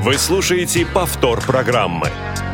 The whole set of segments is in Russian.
Вы слушаете повтор программы.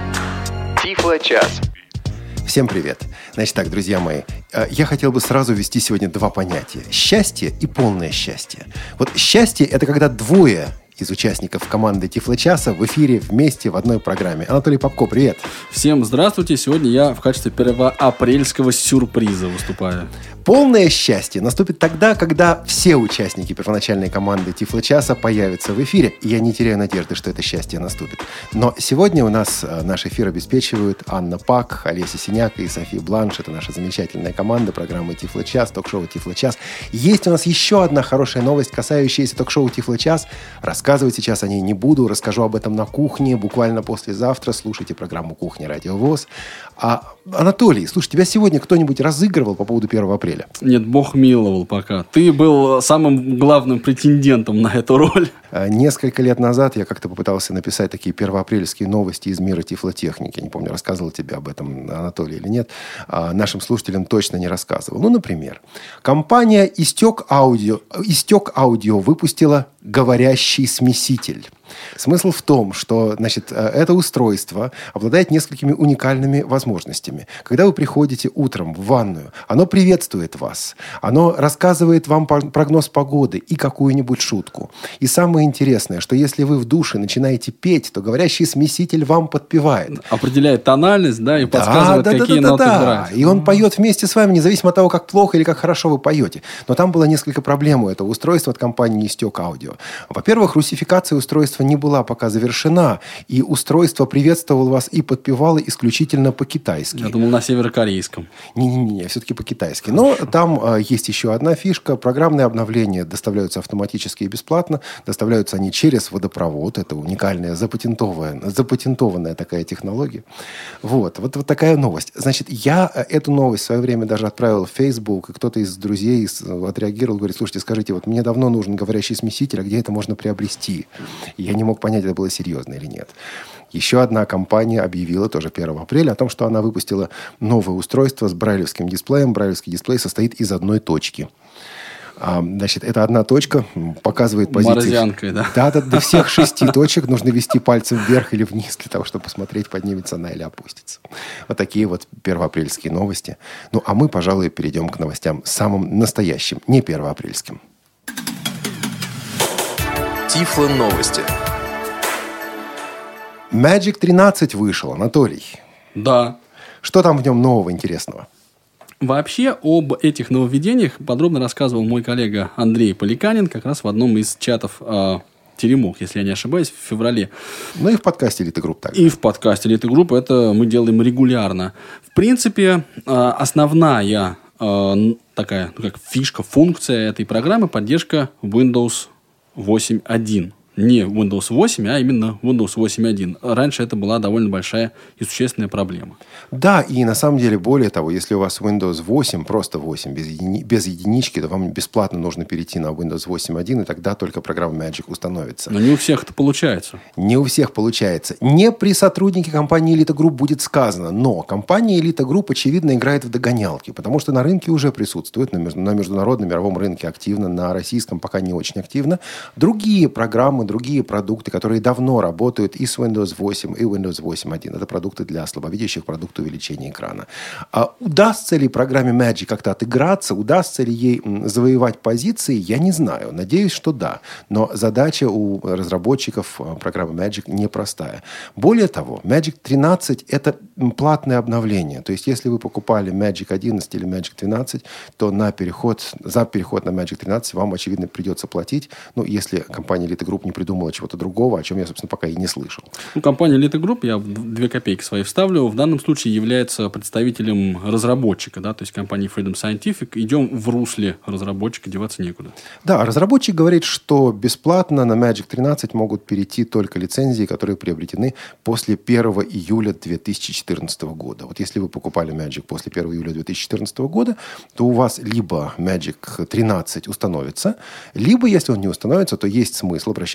Тифло-час. Всем привет. Значит так, друзья мои, я хотел бы сразу ввести сегодня два понятия. Счастье и полное счастье. Вот счастье – это когда двое из участников команды Тифло-часа в эфире вместе в одной программе. Анатолий Попко, привет. Всем здравствуйте. Сегодня я в качестве первоапрельского сюрприза выступаю. Полное счастье наступит тогда, когда все участники первоначальной команды Тифло-часа появятся в эфире. И я не теряю надежды, что это счастье наступит. Но сегодня у нас наш эфир обеспечивают Анна Пак, Олеся Синяк и София Бланш. Это наша замечательная команда программы Тифло-час, ток-шоу Тифло-час. Есть у нас еще одна хорошая новость, касающаяся ток-шоу Тифло-час. Рассказывать сейчас о ней не буду. Расскажу об этом на кухне буквально послезавтра. Слушайте программу «Кухня. Радио ВОС». Анатолий, слушай, тебя сегодня кто-нибудь разыгрывал по поводу 1 апреля? Нет, Бог миловал пока. Ты был самым главным претендентом на эту роль. Несколько лет назад я как-то попытался написать такие первоапрельские новости из мира тифлотехники. Не помню, рассказывал тебе об этом, Анатолий, или нет. Нашим слушателям точно не рассказывал. Ну, например, компания Истек Аудио выпустила говорящий смеситель. Смысл в том, что, значит, это устройство обладает несколькими уникальными возможностями. Когда вы приходите утром в ванную, оно приветствует вас. Оно рассказывает вам прогноз погоды и какую-нибудь шутку. И самое интересное, что если вы в душе начинаете петь, то говорящий смеситель вам подпевает. Определяет тональность, да, и подсказывает, какие ноты брать. И он поет вместе с вами, независимо от того, как плохо или как хорошо вы поете. Но там было несколько проблем у этого устройства от компании Истек Аудио. Во-первых, русификация устройства не была пока завершена, и устройство приветствовало вас и подпевало исключительно по-китайски. Я думал, на северокорейском. Не, все-таки по-китайски. Но там есть еще одна фишка. Программные обновления доставляются автоматически и бесплатно. Доставляются они через водопровод. Это уникальная, запатентованная такая технология. Вот такая новость. Значит, я эту новость в свое время даже отправил в Facebook, и кто-то из друзей отреагировал, говорит: слушайте, скажите, вот мне давно нужен говорящий смеситель, а где это можно приобрести? И я не мог понять, это было серьезно или нет. Еще одна компания объявила тоже 1 апреля о том, что она выпустила новое устройство с брайлевским дисплеем. Брайлевский дисплей состоит из одной точки. Значит, эта одна точка показывает позицию. Морозянкой, да? Да, до всех 6 точек нужно вести пальцем вверх или вниз для того, чтобы посмотреть, поднимется она или опустится. Вот такие вот первоапрельские новости. Ну, а мы, пожалуй, перейдем к новостям самым настоящим, не первоапрельским. Тифло новости. Magic 13 вышел, Анатолий. Да. Что там в нем нового интересного? Вообще об этих нововведениях подробно рассказывал мой коллега Андрей Поликанин как раз в одном из чатов «Теремок», если я не ошибаюсь, в феврале. Ну и в подкасте «Элиты Групп» также. И в подкасте «Элиты Групп» это мы делаем регулярно. В принципе, основная такая, как фишка, функция этой программы – поддержка Windows 8.1. Не Windows 8, а именно Windows 8.1. Раньше это была довольно большая и существенная проблема. Да, и на самом деле, более того, если у вас Windows 8, просто 8, без единички, то вам бесплатно нужно перейти на Windows 8.1, и тогда только программа Magic установится. Но не у всех это получается. Не у всех получается. Не при сотруднике компании Elite Group будет сказано, но компания Elite Group, очевидно, играет в догонялки, потому что на рынке уже присутствует, на международном мировом рынке активно, на российском пока не очень активно, другие программы, другие продукты, которые давно работают и с Windows 8, и Windows 8.1. Это продукты для слабовидящих, продукты увеличения экрана. Удастся ли программе Magic как-то отыграться, удастся ли ей завоевать позиции, я не знаю. Надеюсь, что да. Но задача у разработчиков программы Magic непростая. Более того, Magic 13 – это платное обновление. То есть, если вы покупали Magic 11 или Magic 12, то за переход на Magic 13 вам, очевидно, придется платить. Ну, если компания Elite Group не придумала чего-то другого, о чем я, собственно, пока и не слышал. Компания Elite Group, я 2 копейки свои вставлю, в данном случае является представителем разработчика, да, то есть компании Freedom Scientific. Идем в русле разработчика, деваться некуда. Да, разработчик говорит, что бесплатно на Magic 13 могут перейти только лицензии, которые приобретены после 1 июля 2014 года. Вот если вы покупали Magic после 1 июля 2014 года, то у вас либо Magic 13 установится, либо, если он не установится, то есть смысл обращаться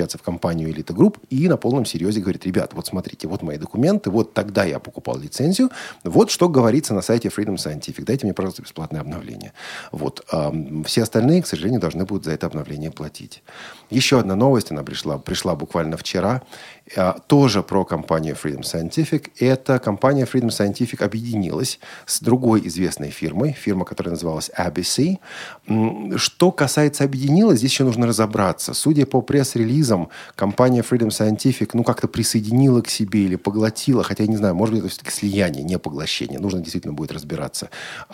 обращаться в компанию Elite Group и на полном серьезе говорит: ребят, вот смотрите, вот мои документы, вот тогда я покупал лицензию, вот что говорится на сайте Freedom Scientific, дайте мне, пожалуйста, бесплатное обновление. Вот. Все остальные, к сожалению, должны будут за это обновление платить. Еще одна новость, она пришла буквально вчера, тоже про компанию Freedom Scientific. Эта компания Freedom Scientific объединилась с другой известной фирмой, фирма, которая называлась ABC. Что касается объединилась, здесь еще нужно разобраться. Судя по пресс-релизам, компания Freedom Scientific как-то присоединила к себе или поглотила, хотя я не знаю, может быть, это все-таки слияние, не поглощение. Нужно действительно будет разбираться.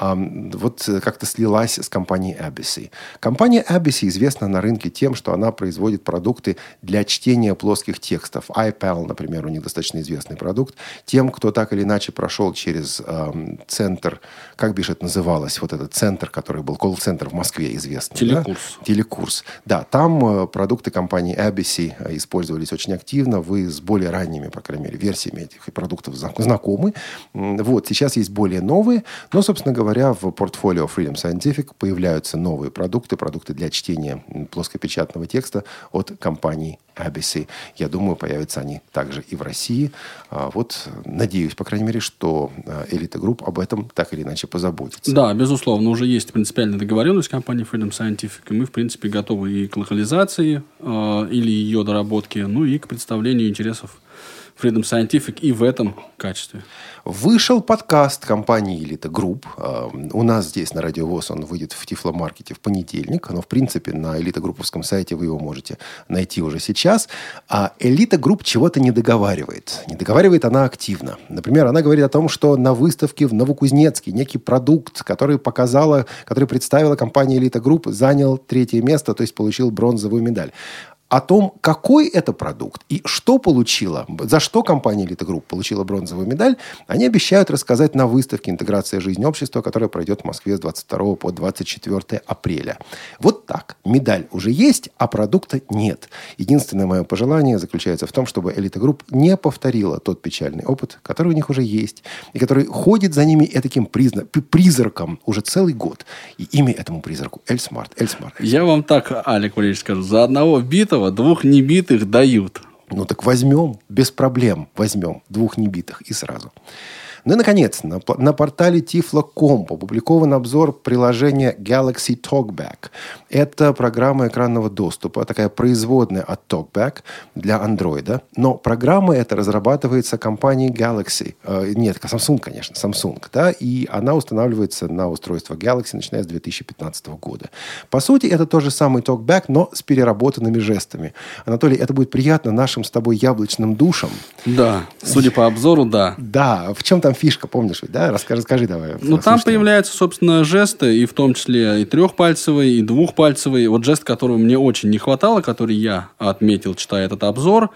Вот как-то слилась с компанией ABC. Компания ABC известна на рынке тем, что она производит продукты для чтения плоских текстов. iPal, например, у них достаточно известный продукт. Тем, кто так или иначе прошел через центр, как бишь это называлось, вот этот центр, который был, колл-центр в Москве известный. Телекурс. Да? Телекурс. Да, там продукты компании ABC использовались очень активно. Вы с более ранними, по крайней мере, версиями этих продуктов знакомы. Вот, сейчас есть более новые, но, собственно говоря, в портфолио Freedom Scientific появляются новые продукты для чтения плоскопечатного текста от компании ABC. Я думаю, появятся они также и в России. Вот, надеюсь, по крайней мере, что Elite Group об этом так или иначе позаботится. Да, безусловно, уже есть принципиальная договоренность компании Freedom Scientific, и мы, в принципе, готовы и к локализации или ее доработке, и к представлению интересов Freedom Scientific и в этом качестве. Вышел подкаст компании Elite Group. У нас здесь на Радио ВОС он выйдет в Тифломаркете в понедельник. Но, в принципе, на Elite-групповском сайте вы его можете найти уже сейчас. А Elite Group чего-то не договаривает. Не договаривает она активно. Например, она говорит о том, что на выставке в Новокузнецке некий продукт, который представила компания Elite Group, занял 3-е место, то есть получил бронзовую медаль. О том, какой это продукт и что получила, за что компания Elite Group получила бронзовую медаль, они обещают рассказать на выставке «Интеграция жизни общества», которая пройдет в Москве с 22 по 24 апреля. Вот так. Медаль уже есть, а продукта нет. Единственное мое пожелание заключается в том, чтобы Elite Group не повторила тот печальный опыт, который у них уже есть, и который ходит за ними этаким призраком уже целый год. И имя этому призраку Эльсмарт. Я вам так, Олег Валерьевич, скажу. За одного битого 2 небитых дают. Ну так возьмем, без проблем возьмем 2 небитых и сразу. Ну и, наконец, на портале Tiflo.com опубликован обзор приложения Galaxy TalkBack. Это программа экранного доступа, такая производная от TalkBack для Android. Но программа эта разрабатывается компанией Galaxy. Нет, Samsung, конечно, Samsung. Да, и она устанавливается на устройство Galaxy, начиная с 2015 года. По сути, это тот же самый TalkBack, но с переработанными жестами. Анатолий, это будет приятно нашим с тобой яблочным душам. Да, судя по обзору, да. Да, в чем там фишка, помнишь ведь, да? Расскажи давай. Там появляются, собственно, жесты, и в том числе и 3-пальцевый, и 2-пальцевый. Вот жест, которого мне очень не хватало, который я отметил, читая этот обзор.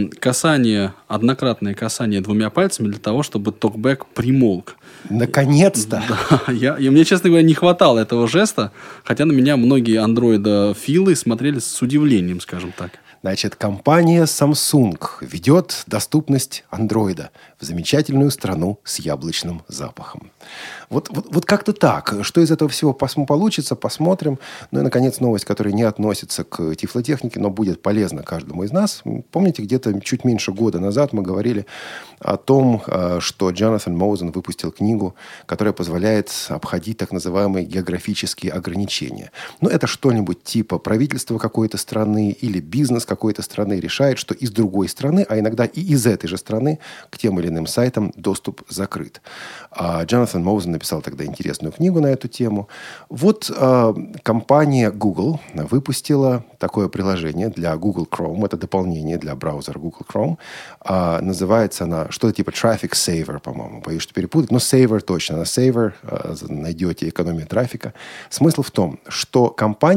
Однократное касание 2 пальцами для того, чтобы токбэк примолк. Наконец-то! Да, и мне, честно говоря, не хватало этого жеста, хотя на меня многие андроидофилы смотрели с удивлением, скажем так. Значит, компания Samsung ведет доступность андроида в замечательную страну с яблочным запахом. Вот как-то так. Что из этого всего получится, посмотрим. Ну и, наконец, новость, которая не относится к тифлотехнике, но будет полезна каждому из нас. Помните, где-то чуть меньше года назад мы говорили о том, что Джонатан Моузен выпустил книгу, которая позволяет обходить так называемые географические ограничения. Ну, это что-нибудь типа правительство какой-то страны или бизнес какой-то страны решает, что из другой страны, а иногда и из этой же страны к тем или иным сайтам доступ закрыт. Джонатан Моузен написал тогда интересную книгу на эту тему. Вот компания Google выпустила такое приложение для Google Chrome. Это дополнение для браузера Google Chrome. Называется она что-то типа Traffic Saver, по-моему. Боюсь, что перепутать. Но Saver точно. На Saver найдете экономию трафика. Смысл в том, что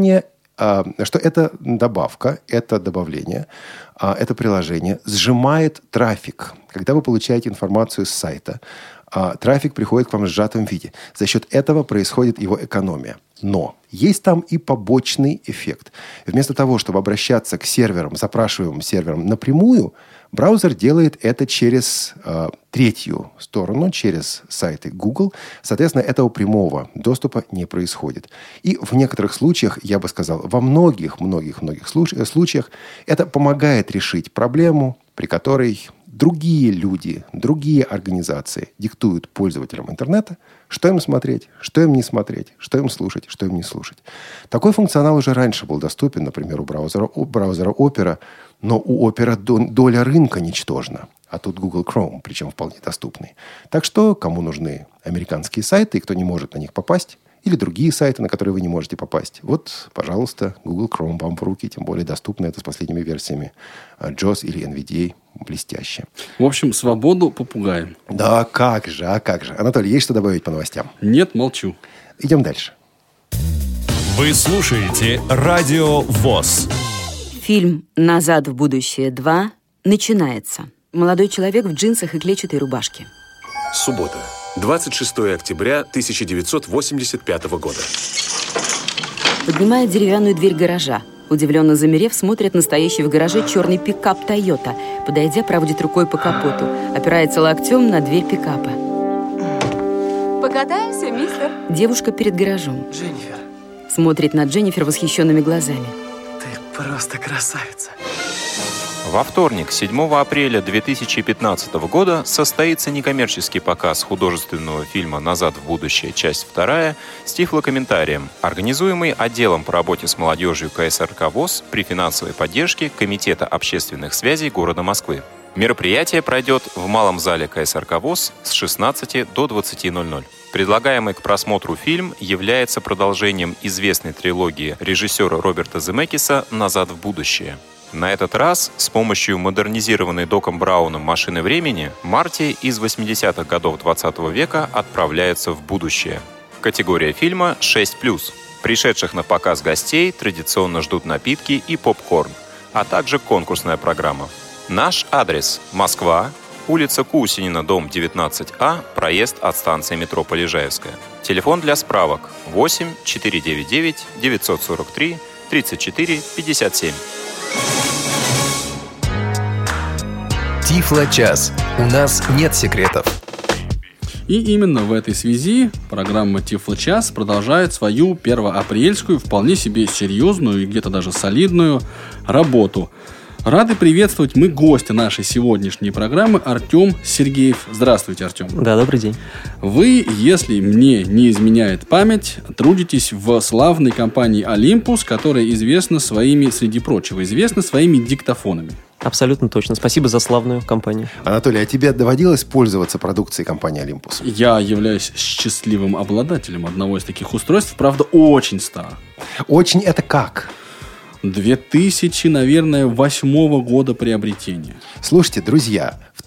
что эта добавка, это добавление, это приложение сжимает трафик. Когда вы получаете информацию с сайта, трафик приходит к вам в сжатом виде. За счет этого происходит его экономия. Но есть там и побочный эффект. Вместо того, чтобы обращаться к серверам, запрашиваемым серверам напрямую, Браузер делает это через третью сторону, через сайты Google. Соответственно, этого прямого доступа не происходит. И в некоторых случаях, я бы сказал, во многих случаях это помогает решить проблему, при которой другие люди, другие организации диктуют пользователям интернета, что им смотреть, что им не смотреть, что им слушать, что им не слушать. Такой функционал уже раньше был доступен, например, у браузера Opera, но у Opera доля рынка ничтожна. А тут Google Chrome, причем вполне доступный. Так что, кому нужны американские сайты, и кто не может на них попасть, или другие сайты, на которые вы не можете попасть, вот, пожалуйста, Google Chrome вам в руки, тем более доступно это с последними версиями JAWS или NVDA. Блестяще. В общем, свободу попугаем. Да, как же. Анатолий, есть что добавить по новостям? Нет, молчу. Идем дальше. Вы слушаете Радио ВОС. Фильм «Назад в будущее 2» начинается. Молодой человек в джинсах и клетчатой рубашке. Суббота, 26 октября 1985 года. Поднимает деревянную дверь гаража. Удивленно замерев, смотрит на стоящий в гараже черный пикап «Тойота». Подойдя, проводит рукой по капоту. Опирается локтем на дверь пикапа. Покатаемся, мистер? Девушка перед гаражом. Дженнифер, Смотрит на Дженнифер восхищенными глазами. ты просто красавица. Во вторник, 7 апреля 2015 года, состоится некоммерческий показ художественного фильма «Назад в будущее. Часть 2» с тифлокомментарием, организуемый отделом по работе с молодежью КСРК ВОС при финансовой поддержке Комитета общественных связей города Москвы. Мероприятие пройдет в Малом зале КСРК ВОС с 16 до 20:00. Предлагаемый к просмотру фильм является продолжением известной трилогии режиссера Роберта Земекиса «Назад в будущее». На этот раз с помощью модернизированной Доком Брауном машины времени Марти из 80-х годов 20 века отправляется в будущее. Категория фильма 6+. Пришедших на показ гостей традиционно ждут напитки и попкорн, а также конкурсная программа. Наш адрес – Москва, улица Кусинина, дом 19А, проезд от станции метро Полежаевская. Телефон для справок 8 499 943 34 57. Тифло-час. У нас нет секретов. И именно в этой связи программа «Тифло-час» продолжает свою первоапрельскую, вполне себе серьезную и где-то даже солидную работу. Рады приветствовать мы гостя нашей сегодняшней программы Артем Сергеев. Здравствуйте, Артем. Да, добрый день. Вы, если мне не изменяет память, трудитесь в славной компании Olympus, которая известна своими, среди прочего, известна своими диктофонами. Абсолютно точно. Спасибо за славную компанию. Анатолий, а тебе доводилось пользоваться продукцией компании Olympus? Я являюсь счастливым обладателем одного из таких устройств, правда, очень старых. Очень это как? 2000, наверное, 2008 года приобретения. Слушайте, друзья, в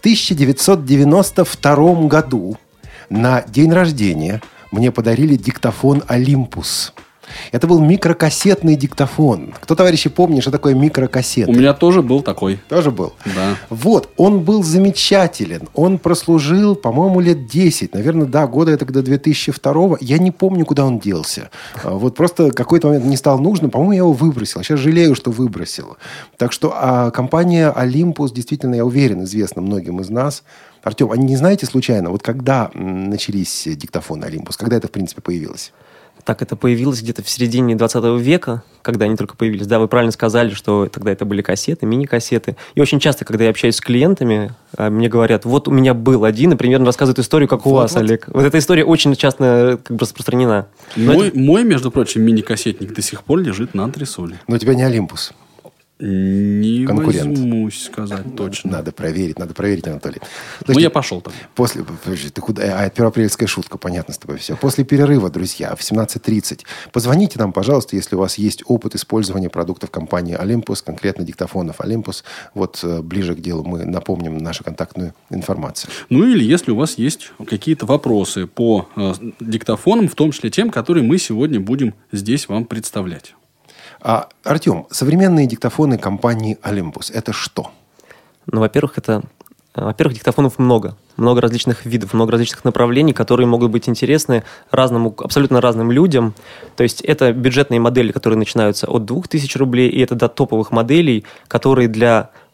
1992 году на день рождения мне подарили диктофон Olympus. Это был микрокассетный диктофон. Кто, товарищи, помнит, что такое микрокассета? У меня тоже был такой. Тоже был? Да. Вот, он был замечателен. Он прослужил, по-моему, лет 10. Наверное, да, года это до 2002. Я не помню, куда он делся. Вот просто какой-то момент не стал нужным. По-моему, я его выбросил. Сейчас жалею, что выбросил. Так что компания Olympus, действительно, я уверен, известна многим из нас. Артем, а не знаете случайно, вот когда начались диктофоны Olympus? Когда это, в принципе, появилось? Так, это появилось где-то в середине 20 века, когда они только появились. Да, вы правильно сказали, что тогда это были кассеты, мини-кассеты. И очень часто, когда я общаюсь с клиентами, мне говорят, вот у меня был один, и примерно рассказывают историю, как у вас, Олег. Вот эта история очень часто как бы распространена. Мой, между прочим, мини-кассетник до сих пор лежит на антресоли. Но у тебя не Olympus. Не возьмусь сказать точно. Надо проверить, Анатолий. Ну, я пошел там. Подожди, ты куда? Первоапрельская шутка, понятно с тобой все. После перерыва, друзья, в 17:30 позвоните нам, пожалуйста, если у вас есть опыт использования продуктов компании Olympus, конкретно диктофонов Olympus. Вот ближе к делу мы напомним нашу контактную информацию. Ну, или если у вас есть какие-то вопросы по диктофонам, в том числе тем, которые мы сегодня будем здесь вам представлять. Артем, современные диктофоны компании Olympus – это что? Ну, во-первых, диктофонов много. Много различных видов, много различных направлений, которые могут быть интересны абсолютно разным людям. То есть это бюджетные модели, которые начинаются от 2000 рублей, и это до топовых моделей, которые для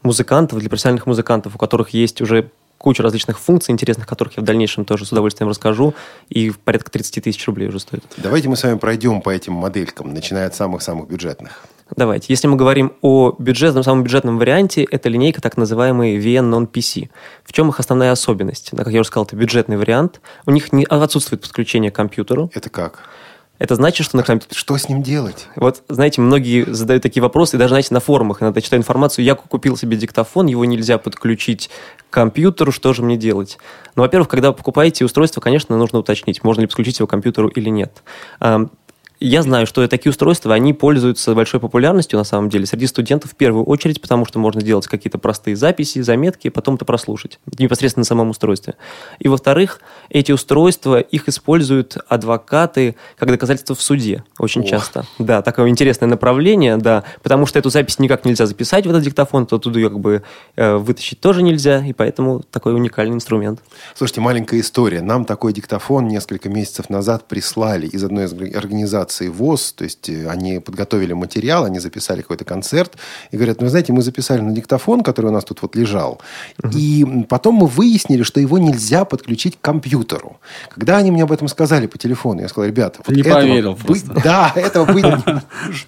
музыкантов, для профессиональных музыкантов, у которых есть уже куча различных функций интересных, которых я в дальнейшем тоже с удовольствием расскажу, и порядка 30 тысяч рублей уже стоит. Давайте мы с вами пройдем по этим моделькам, начиная от самых-самых бюджетных. Давайте. Если мы говорим о самом бюджетном варианте, это линейка так называемый VN Non-PC. В чем их основная особенность? Как я уже сказал, это бюджетный вариант. У них отсутствует подключение к компьютеру. Это как? Это значит, что на компьютере... Что с ним делать? Вот, знаете, многие задают такие вопросы, и даже, знаете, на форумах иногда читаю информацию, я купил себе диктофон, его нельзя подключить к компьютеру, что же мне делать? Ну, во-первых, когда вы покупаете устройство, конечно, нужно уточнить, можно ли подключить его к компьютеру или нет. Я знаю, что такие устройства, они пользуются большой популярностью, на самом деле, среди студентов в первую очередь, потому что можно делать какие-то простые записи, заметки, потом это прослушать, непосредственно на самом устройстве. И, во-вторых, эти устройства, их используют адвокаты как доказательство в суде очень часто. Да, такое интересное направление, да, потому что эту запись никак нельзя записать в этот диктофон, то оттуда как бы вытащить тоже нельзя, и поэтому такой уникальный инструмент. Слушайте, маленькая история. Нам такой диктофон несколько месяцев назад прислали из одной из организаций ВОС, то есть они подготовили материал, они записали какой-то концерт, и говорят, ну, знаете, мы записали на диктофон, который у нас тут вот лежал, и потом мы выяснили, что его нельзя подключить к компьютеру. Когда они мне об этом сказали по телефону, я сказал, ребята, вот не поверил просто. Да, этого быть не может.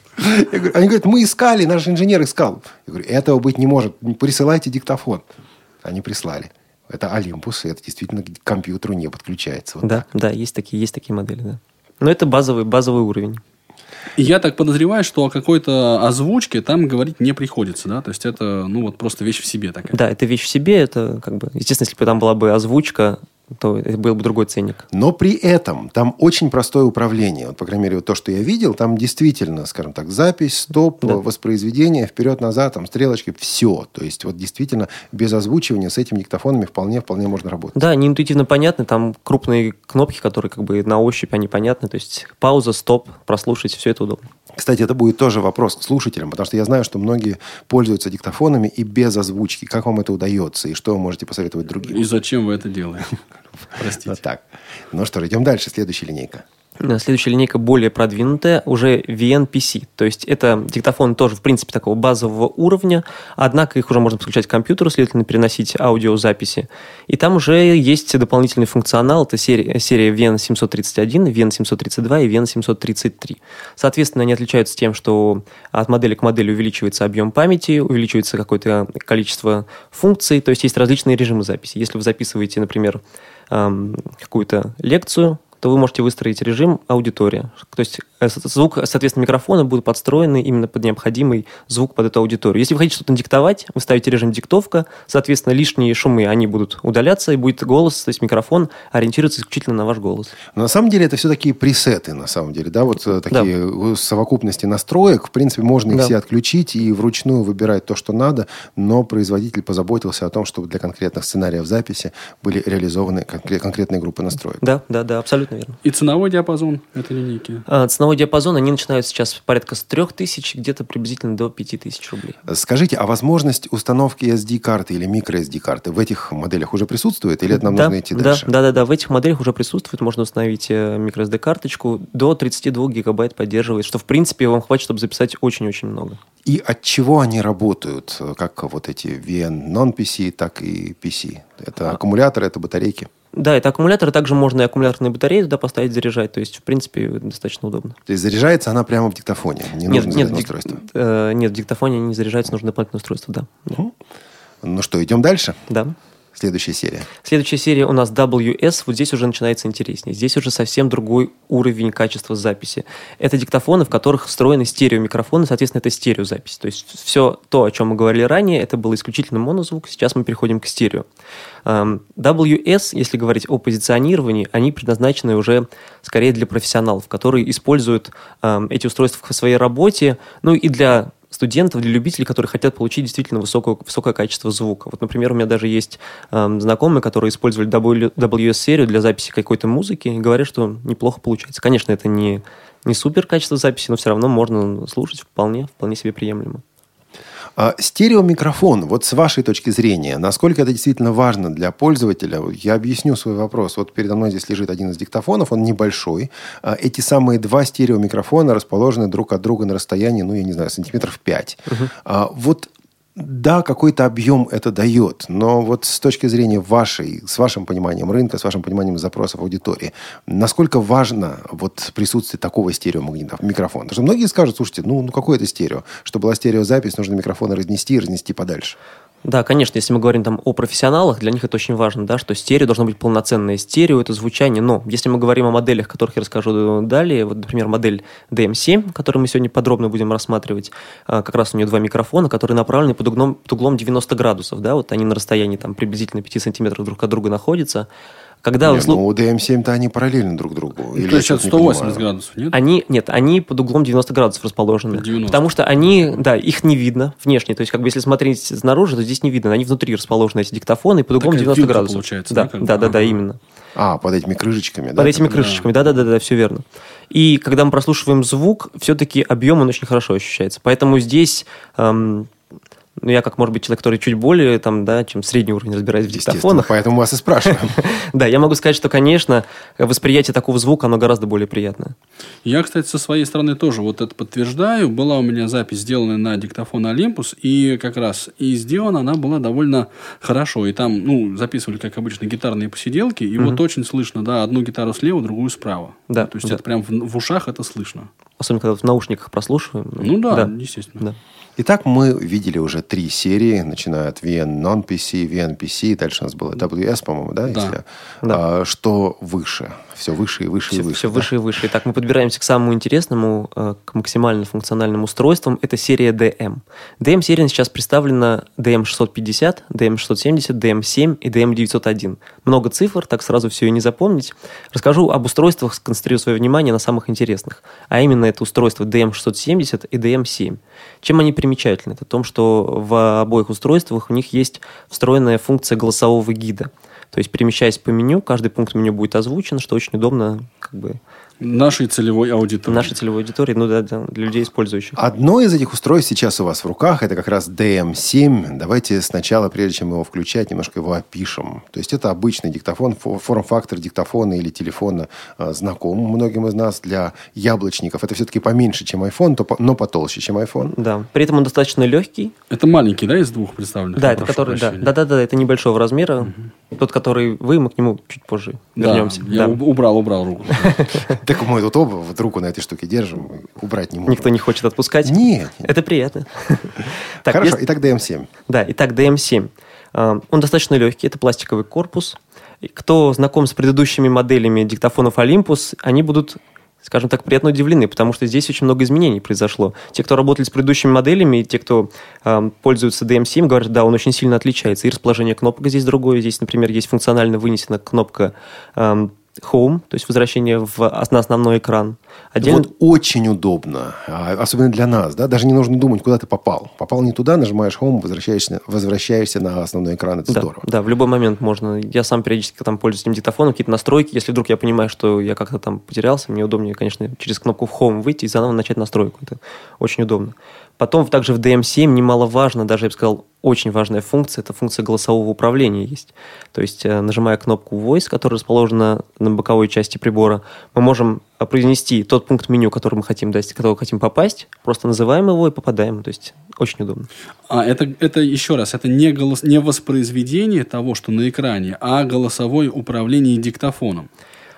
Они говорят, мы искали, наш инженер искал. Я говорю, этого быть не может, присылайте диктофон. Они прислали. Это Олимпус, и это действительно к компьютеру не подключается. Вот да, так. Да, есть такие модели, да. Но это базовый уровень. И я так подозреваю, что о какой-то озвучке там говорить не приходится, да? То есть это, ну, вот просто вещь в себе такая. Да, это вещь в себе, это как бы... Естественно, если бы там была бы озвучка, то это был бы другой ценник. Но при этом там очень простое управление. Вот, по крайней мере, вот то, что я видел, там действительно, скажем так, запись, стоп, воспроизведение, вперед-назад, там стрелочки, все. То есть, вот действительно, без озвучивания с этими диктофонами вполне можно работать. Да, они интуитивно понятны, там крупные кнопки, которые как бы на ощупь, они понятны. То есть, пауза, стоп, прослушать, все это удобно. Кстати, это будет тоже вопрос к слушателям, потому что я знаю, что многие пользуются диктофонами и без озвучки. Как вам это удается, и что вы можете посоветовать другим? И зачем вы это делаете? Простите. Вот так. Ну что ж, идем дальше. Следующая линейка. Следующая линейка более продвинутая, уже VN-PC. То есть, это диктофон тоже, в принципе, такого базового уровня, однако их уже можно подключать к компьютеру, следовательно, переносить аудиозаписи. И там уже есть дополнительный функционал. Это серия VN731, VN732 и VN733. Соответственно, они отличаются тем, что от модели к модели увеличивается объем памяти, увеличивается какое-то количество функций, то есть, есть различные режимы записи. Если вы записываете, например, какую-то лекцию, то вы можете выстроить режим аудитория. То есть звук, соответственно, микрофона будет подстроены именно под необходимый звук под эту аудиторию. Если вы хотите что-то диктовать, вы ставите режим диктовка, соответственно, лишние шумы, они будут удаляться, и будет голос, то есть микрофон ориентируется исключительно на ваш голос. Но на самом деле это все такие пресеты, на самом деле, да, вот такие совокупности настроек, в принципе, можно их все отключить и вручную выбирать то, что надо, но производитель позаботился о том, чтобы для конкретных сценариев записи были реализованы конкретные группы настроек. Да, абсолютно верно. И ценовой диапазон этой линейки? Ценовой диапазон, они начинают сейчас порядка с 3000, где-то приблизительно до 5000 рублей. Скажите, а возможность установки SD-карты или microSD-карты в этих моделях уже присутствует? Или это нам нужно идти дальше? Да, в этих моделях уже присутствует. Можно установить microSD-карточку. До 32 гигабайт поддерживает, что, в принципе, вам хватит, чтобы записать очень-очень много. И от чего они работают? Как вот эти VN Non-PC, так и PC? Это аккумуляторы, это батарейки? Да, это аккумуляторы. Также можно и аккумуляторные батареи туда поставить, заряжать. То есть, в принципе, достаточно удобно. То есть, заряжается она прямо в диктофоне? Не нужно зарядное устройство? Нет, в диктофоне не заряжается, нужно дополнительное устройство, да. Ну что, идем дальше? Да. Следующая серия. Следующая серия у нас WS. Вот здесь уже начинается интереснее. Здесь уже совсем другой уровень качества записи. Это диктофоны, в которых встроены стереомикрофоны, соответственно, это стереозапись. То есть все то, о чем мы говорили ранее, это было исключительно монозвук. Сейчас мы переходим к стерео. WS, если говорить о позиционировании, они предназначены уже скорее для профессионалов, которые используют эти устройства в своей работе, ну и для студентов, для любителей, которые хотят получить действительно высокое качество звука. Вот, например, у меня даже есть знакомые, которые использовали WS-серию для записи какой-то музыки и говорят, что неплохо получается. Конечно, это не супер качество записи, но все равно можно слушать вполне себе приемлемо. Стереомикрофон, вот с вашей точки зрения, насколько это действительно важно для пользователя? Я объясню свой вопрос. Вот передо мной здесь лежит один из диктофонов, он небольшой. Эти самые два стереомикрофона расположены друг от друга на расстоянии, я не знаю, сантиметров 5. Вот Да, какой-то объем это дает, но вот с точки зрения с вашим пониманием рынка, с вашим пониманием запросов аудитории, насколько важно вот присутствие такого стереомикрофона? Потому что многие скажут, слушайте, ну какое это стерео? Чтобы была стереозапись, нужно микрофоны разнести и разнести подальше. Да, конечно, если мы говорим там о профессионалах, для них это очень важно, да, что стерео должно быть полноценное. Стерео – это звучание, но если мы говорим о моделях, о которых я расскажу далее, вот, например, модель DM7, которую мы сегодня подробно будем рассматривать, как раз у нее 2 микрофона, которые направлены под углом 90 градусов, да, вот они на расстоянии там приблизительно 5 сантиметров друг от друга находятся. Когда у DM7-то они параллельно друг другу. То есть сейчас 180 градусов, нет? Они под углом 90 градусов расположены. 90. Потому что их не видно внешне. То есть, если смотреть снаружи, то здесь не видно. Они внутри расположены, эти диктофоны, под углом 90 градусов. Получается, да, именно. Под этими крышечками, да? Под этими крышечками, да, все верно. И когда мы прослушиваем звук, все-таки объем, он очень хорошо ощущается. Поэтому здесь... я, как, может быть, человек, который чуть более, чем средний уровень разбирается в диктофонах. Поэтому вас и спрашиваем. Да, я могу сказать, что, конечно, восприятие такого звука, оно гораздо более приятное. Я, кстати, со своей стороны тоже вот это подтверждаю. Была у меня запись, сделанная на диктофон Olympus, и как раз и сделана она была довольно хорошо. И там, записывали, как обычно, гитарные посиделки, и вот очень слышно, да, одну гитару слева, другую справа. Да. То есть это прям в ушах это слышно. Особенно, когда в наушниках прослушиваем. Естественно. Да. Итак, мы видели уже 3 серии, начиная от VN Non-PC, VN PC, дальше у нас было WS, по-моему, да? Да. Что выше? Все выше и выше и выше. Все выше и выше. Итак, мы подбираемся к самому интересному, к максимально функциональным устройствам. Это серия DM. DM-серия сейчас представлена DM650, DM670, DM7 и DM901. Много цифр, так сразу все и не запомнить. Расскажу об устройствах, сконцентрирую свое внимание на самых интересных. А именно это устройства DM670 и DM7. Чем они примечательны? Это в том, что в обоих устройствах у них есть встроенная функция голосового гида. То есть, перемещаясь по меню, каждый пункт меню будет озвучен, что очень удобно нашей целевой аудитории. Для людей, использующих. Одно из этих устройств сейчас у вас в руках, это как раз DM7. Давайте сначала, прежде чем его включать, немножко его опишем. То есть, это обычный диктофон, форм-фактор диктофона или телефона знаком многим из нас. Для яблочников это все-таки поменьше, чем iPhone, но потолще, чем iPhone. Да, при этом он достаточно легкий. Это маленький, да, из 2 представленных? Да, это который, да, это небольшого размера. Тот, который мы к нему чуть позже вернемся. Я убрал руку. Так мы тут оба руку на этой штуке держим, убрать не можем. Никто не хочет отпускать? Нет. Это приятно. Хорошо, итак, DM7. Да, итак, DM7. Он достаточно легкий, это пластиковый корпус. Кто знаком с предыдущими моделями диктофонов Olympus, они будут, скажем так, приятно удивлены, потому что здесь очень много изменений произошло. Те, кто работали с предыдущими моделями, и те, кто пользуется DM7, говорят, да, он очень сильно отличается. И расположение кнопок здесь другое. Здесь, например, есть функционально вынесена кнопка Home, то есть возвращение на основной экран. Вот очень удобно, особенно для нас, да, даже не нужно думать, куда ты попал. Попал не туда, нажимаешь Home, возвращаешься на основной экран, это здорово. Да, в любой момент можно. Я сам периодически пользуюсь этим диктофоном, какие-то настройки. Если вдруг я понимаю, что я как-то потерялся, мне удобнее, конечно, через кнопку Home выйти и заново начать настройку. Это очень удобно. Потом также в DM7 немаловажно, даже я бы сказал, очень важная функция, это функция голосового управления есть. То есть, нажимая кнопку Voice, которая расположена на боковой части прибора, мы можем произнести тот пункт меню, который мы хотим попасть, просто называем его и попадаем. То есть, очень удобно. Это еще раз, это не воспроизведение того, что на экране, а голосовое управление диктофоном.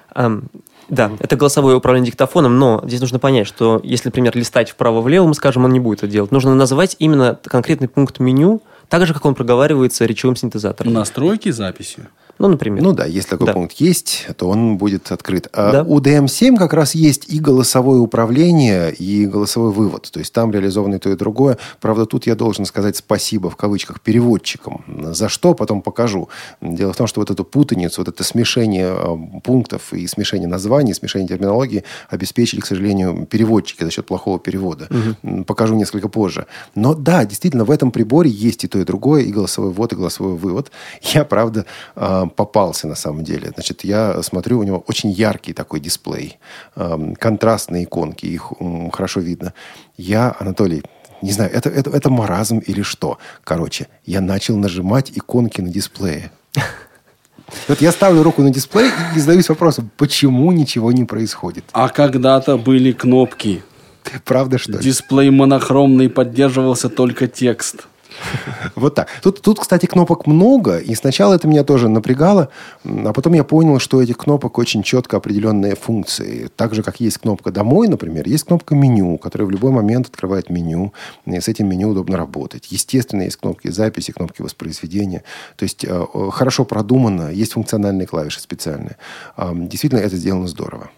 Да, это голосовое управление диктофоном, но здесь нужно понять, что если, например, листать вправо-влево, мы скажем, он не будет это делать. Нужно назвать именно конкретный пункт меню, так же, как он проговаривается речевым синтезатором. Настройки записи. Например. Если такой пункт есть, то он будет открыт. У DM7 как раз есть и голосовое управление, и голосовой вывод. То есть, там реализовано и то, и другое. Правда, тут я должен сказать спасибо, в кавычках, переводчикам. За что, потом покажу. Дело в том, что вот эту путаницу, вот это смешение пунктов и смешение названий, смешение терминологии обеспечили, к сожалению, переводчики за счет плохого перевода. Покажу несколько позже. Но да, действительно, в этом приборе есть и то, и другое, и голосовой ввод, и голосовой вывод. Я, правда, попался на самом деле. Значит, я смотрю, у него очень яркий такой дисплей. Контрастные иконки, их хорошо видно. Анатолий, не знаю, это маразм или что. Короче, я начал нажимать иконки на дисплее. Вот я ставлю руку на дисплей и задаюсь вопросом, почему ничего не происходит? А когда-то были кнопки. Правда, что ли? Дисплей монохромный, поддерживался только текст. Вот так. Тут, кстати, кнопок много, и сначала это меня тоже напрягало, а потом я понял, что у этих кнопок очень четко определенные функции. Так же, как есть кнопка «Домой», например, есть кнопка «Меню», которая в любой момент открывает меню, и с этим меню удобно работать. Естественно, есть кнопки записи, кнопки воспроизведения. То есть, хорошо продумано, есть функциональные клавиши специальные. Действительно, это сделано здорово.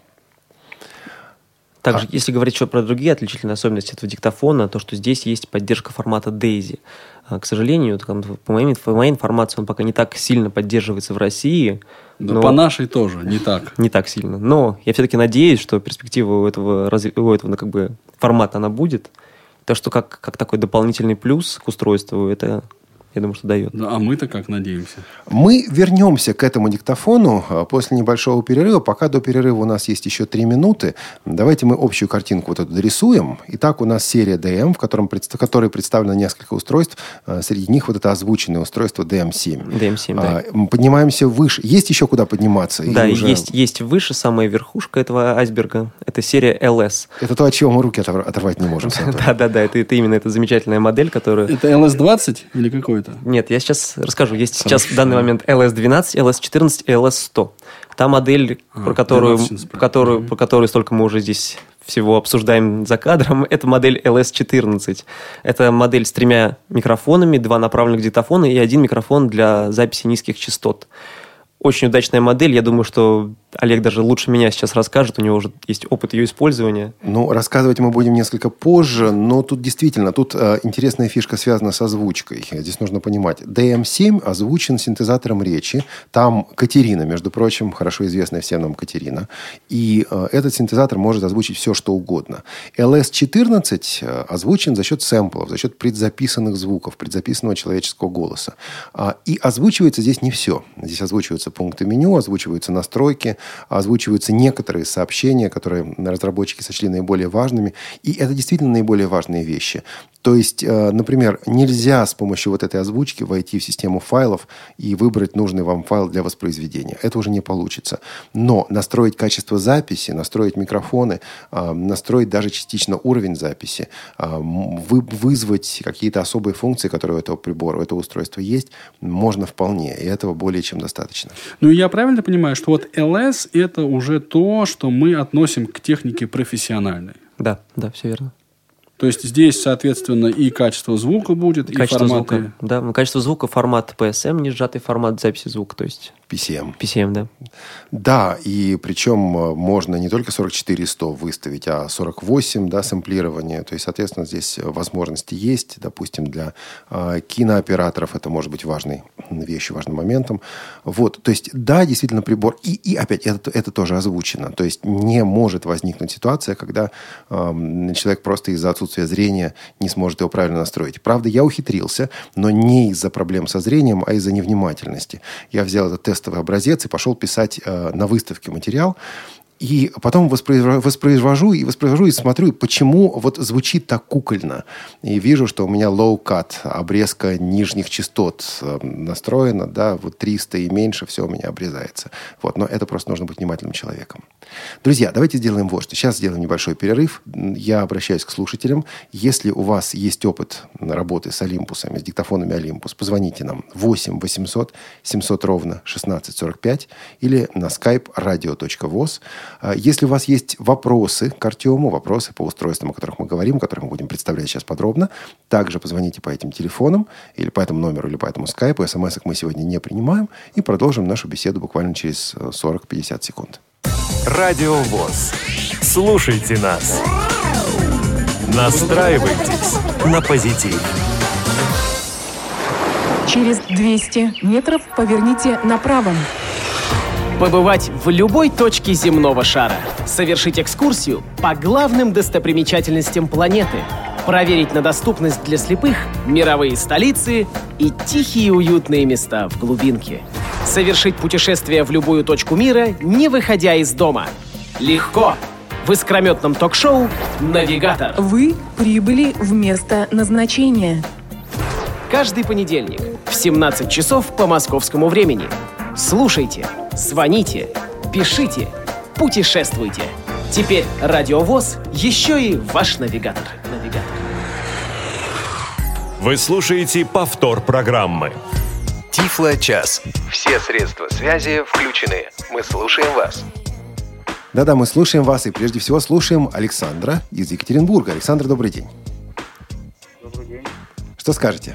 Также, если говорить еще про другие отличительные особенности этого диктофона, то, что здесь есть поддержка формата DAISY. К сожалению, по моей информации, он пока не так сильно поддерживается в России. Да, по нашей тоже не так. Не так сильно. Но я все-таки надеюсь, что перспектива у этого как бы, формата она будет. То, что как такой дополнительный плюс к устройству, это... Я думаю, что дает. А мы-то как надеемся? Мы вернемся к этому диктофону после небольшого перерыва. Пока до перерыва у нас есть еще 3 минуты. Давайте мы общую картинку вот эту дорисуем. Итак, у нас серия DM, в которой представлено несколько устройств. Среди них вот это озвученное устройство DM7. DM7, да. Поднимаемся выше. Есть еще куда подниматься? Да, есть выше, самая верхушка этого айсберга. Это серия LS. Это то, от чего мы руки оторвать не можем. Да, это именно эта замечательная модель, которая... Это LS20 или какой? Нет, я сейчас расскажу. Есть сейчас в данный момент LS12, LS14 и LS100. Та модель, про которую столько мы уже здесь всего обсуждаем за кадром, это модель LS14. Это модель с 3 микрофонами, 2 направленных диктофона и 1 микрофон для записи низких частот. Очень удачная модель. Я думаю, что Олег даже лучше меня сейчас расскажет. У него уже есть опыт ее использования. Ну, рассказывать мы будем несколько позже, но тут действительно, интересная фишка связана с озвучкой. Здесь нужно понимать. DM7 озвучен синтезатором речи. Там Катерина, между прочим, хорошо известная всем нам Катерина. И этот синтезатор может озвучить все, что угодно. LS14 озвучен за счет сэмплов, за счет предзаписанных звуков, предзаписанного человеческого голоса. И озвучивается здесь не все. Здесь озвучиваются пункты меню, озвучиваются настройки, озвучиваются некоторые сообщения, которые разработчики сочли наиболее важными. И это действительно наиболее важные вещи. То есть, например, нельзя с помощью вот этой озвучки войти в систему файлов и выбрать нужный вам файл для воспроизведения. Это уже не получится. Но настроить качество записи, настроить микрофоны, настроить даже частично уровень записи, вызвать какие-то особые функции, которые у этого прибора, у этого устройства есть, можно вполне. И этого более чем достаточно. Ну, я правильно понимаю, что вот LS – это уже то, что мы относим к технике профессиональной? Да, все верно. То есть здесь, соответственно, и качество звука будет, и качество форматы... Звука. Да, качество звука, формат PSM, не сжатый формат записи звука, то есть... PCM, да. Да, и причем можно не только 44-100 выставить, а 48, да, сэмплирование. То есть, соответственно, здесь возможности есть. Допустим, для кинооператоров это может быть важной вещью, важным моментом. Вот, то есть, да, действительно прибор. И опять, это тоже озвучено. То есть, не может возникнуть ситуация, когда человек просто из-за отсутствия зрения не сможет его правильно настроить. Правда, я ухитрился, но не из-за проблем со зрением, а из-за невнимательности. Я взял этот тестовый образец и пошел писать на выставке материал. И потом воспроизвожу и смотрю, почему вот звучит так кукольно. И вижу, что у меня low-cut, обрезка нижних частот настроена, да, вот 300 и меньше, все у меня обрезается. Вот, но это просто нужно быть внимательным человеком. Друзья, давайте сделаем вот что. Сейчас сделаем небольшой перерыв. Я обращаюсь к слушателям. Если у вас есть опыт работы с Олимпусами, с диктофонами Олимпус, позвоните нам 8 800 700 ровно 1645 или на skype radio.voz. Если у вас есть вопросы к Артему, вопросы по устройствам, о которых мы говорим, которые мы будем представлять сейчас подробно, также позвоните по этим телефонам, или по этому номеру, или по этому скайпу. СМС-ок мы сегодня не принимаем. И продолжим нашу беседу буквально через 40-50 секунд. Радио ВОС. Слушайте нас. Настраивайтесь на позитив. Через 200 метров поверните направо. Побывать в любой точке земного шара. Совершить экскурсию по главным достопримечательностям планеты. Проверить на доступность для слепых мировые столицы и тихие уютные места в глубинке. Совершить путешествие в любую точку мира, не выходя из дома. Легко! В искрометном ток-шоу «Навигатор». Вы прибыли в место назначения. Каждый понедельник в 17 часов по московскому времени. Слушайте, звоните, пишите, путешествуйте. Теперь Радио ВОС еще и ваш навигатор. Вы слушаете повтор программы. Тифло-час. Все средства связи включены. Мы слушаем вас. Да-да, мы слушаем вас, и прежде всего слушаем Александра из Екатеринбурга. Александр, добрый день. Добрый день. Что скажете?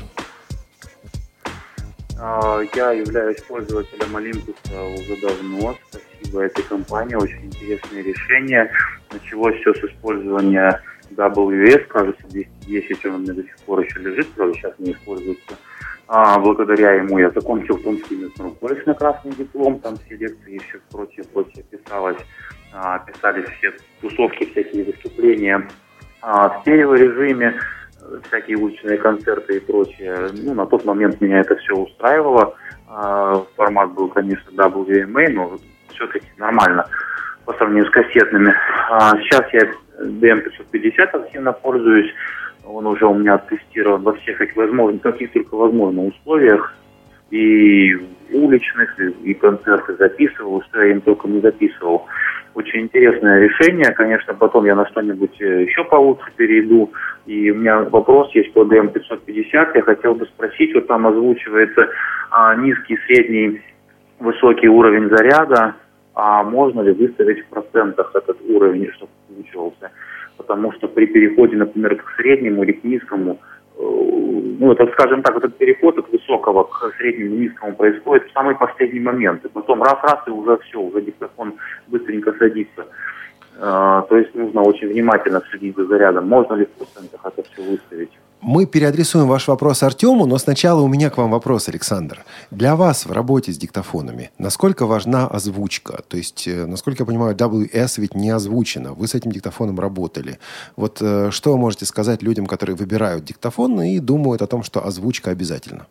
Я являюсь пользователем Olympus уже давно. Спасибо этой компании. Очень интересное решение. Началось все с использования WS. Кажется, 210 он у меня до сих пор еще лежит, правда, сейчас не используется. Благодаря ему я закончил Томский международный красный диплом. Там все лекции и все прочее писалось. Писались все тусовки, всякие выступления в стереорежиме, всякие уличные концерты и прочее. На тот момент меня это все устраивало. Формат был, конечно, WMA, но все-таки нормально по сравнению с кассетными. Сейчас я DM550 активно пользуюсь. Он уже у меня оттестирован во всех каких только возможных условиях. И уличных, и концерты записывал, что я им только не записывал. Очень интересное решение. Конечно, потом я на что-нибудь еще получше перейду. И у меня вопрос есть по DM550. Я хотел бы спросить, вот там озвучивается низкий, средний, высокий уровень заряда. А можно ли выставить в процентах этот уровень, чтобы озвучивался? Потому что при переходе, например, к среднему или к низкому, это, скажем так, этот переход от высокого к среднему и низкому происходит в самый последний момент. И потом раз-раз, и уже все, уже диктофон быстренько садится. То есть нужно очень внимательно следить за зарядом. Можно ли в процентах это все выставить? Мы переадресуем ваш вопрос Артему, но сначала у меня к вам вопрос, Александр. Для вас в работе с диктофонами насколько важна озвучка? То есть, насколько я понимаю, WS ведь не озвучено. Вы с этим диктофоном работали. Вот что вы можете сказать людям, которые выбирают диктофон и думают о том, что озвучка обязательна?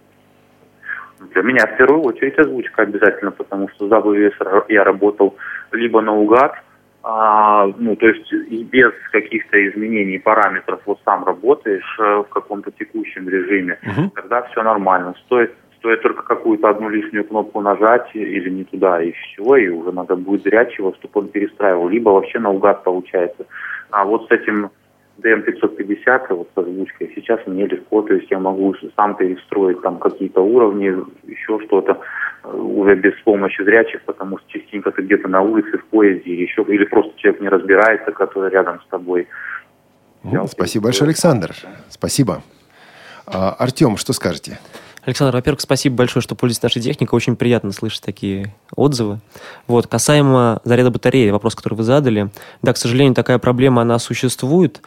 Для меня в первую очередь озвучка обязательно, потому что с WS я работал либо наугад, то есть без каких-то изменений параметров, вот сам работаешь в каком-то текущем режиме, тогда все нормально. Стоит только какую-то одну лишнюю кнопку нажать или не туда, и все, и уже надо будет зрячего, чтобы он перестраивал, либо вообще наугад получается. А вот с этим DM550, вот с озвучкой, сейчас мне легко, то есть я могу сам перестроить там какие-то уровни, еще что-то, уже без помощи зрячих, потому что частенько ты где-то на улице, в поезде, или просто человек не разбирается, который рядом с тобой. Спасибо большое, Александр. Спасибо. Артем, что скажете? Александр, во-первых, спасибо большое, что пользуетесь нашей техникой. Очень приятно слышать такие отзывы. Касаемо заряда батареи, вопрос, который вы задали. Да, к сожалению, такая проблема, она существует.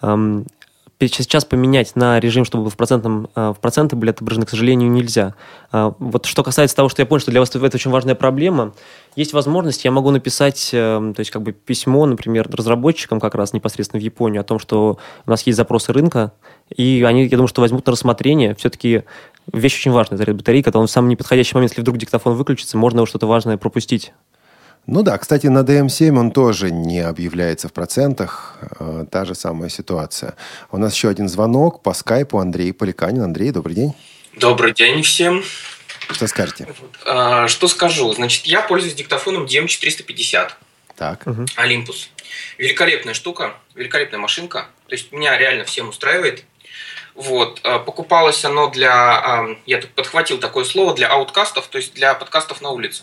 Сейчас поменять на режим, чтобы в проценты были отображены, к сожалению, нельзя. Вот что касается того, что я понял, что для вас это очень важная проблема, есть возможность, я могу написать, письмо, например, разработчикам как раз непосредственно в Японию о том, что у нас есть запросы рынка, и они, я думаю, что возьмут на рассмотрение. Все-таки вещь очень важная, заряд батареи, когда он в самый неподходящий момент, если вдруг диктофон выключится, можно его что-то важное пропустить. Кстати, на DM7 он тоже не объявляется в процентах. Та же самая ситуация. У нас еще один звонок по скайпу. Андрей Поликанин. Андрей, добрый день. Добрый день всем. Что скажете? Что скажу? Значит, я пользуюсь диктофоном DM450. Так. Olympus. Великолепная штука, великолепная машинка. То есть меня реально всем устраивает. Покупалось оно для... Я тут подхватил такое слово, для ауткастов, то есть для подкастов на улице.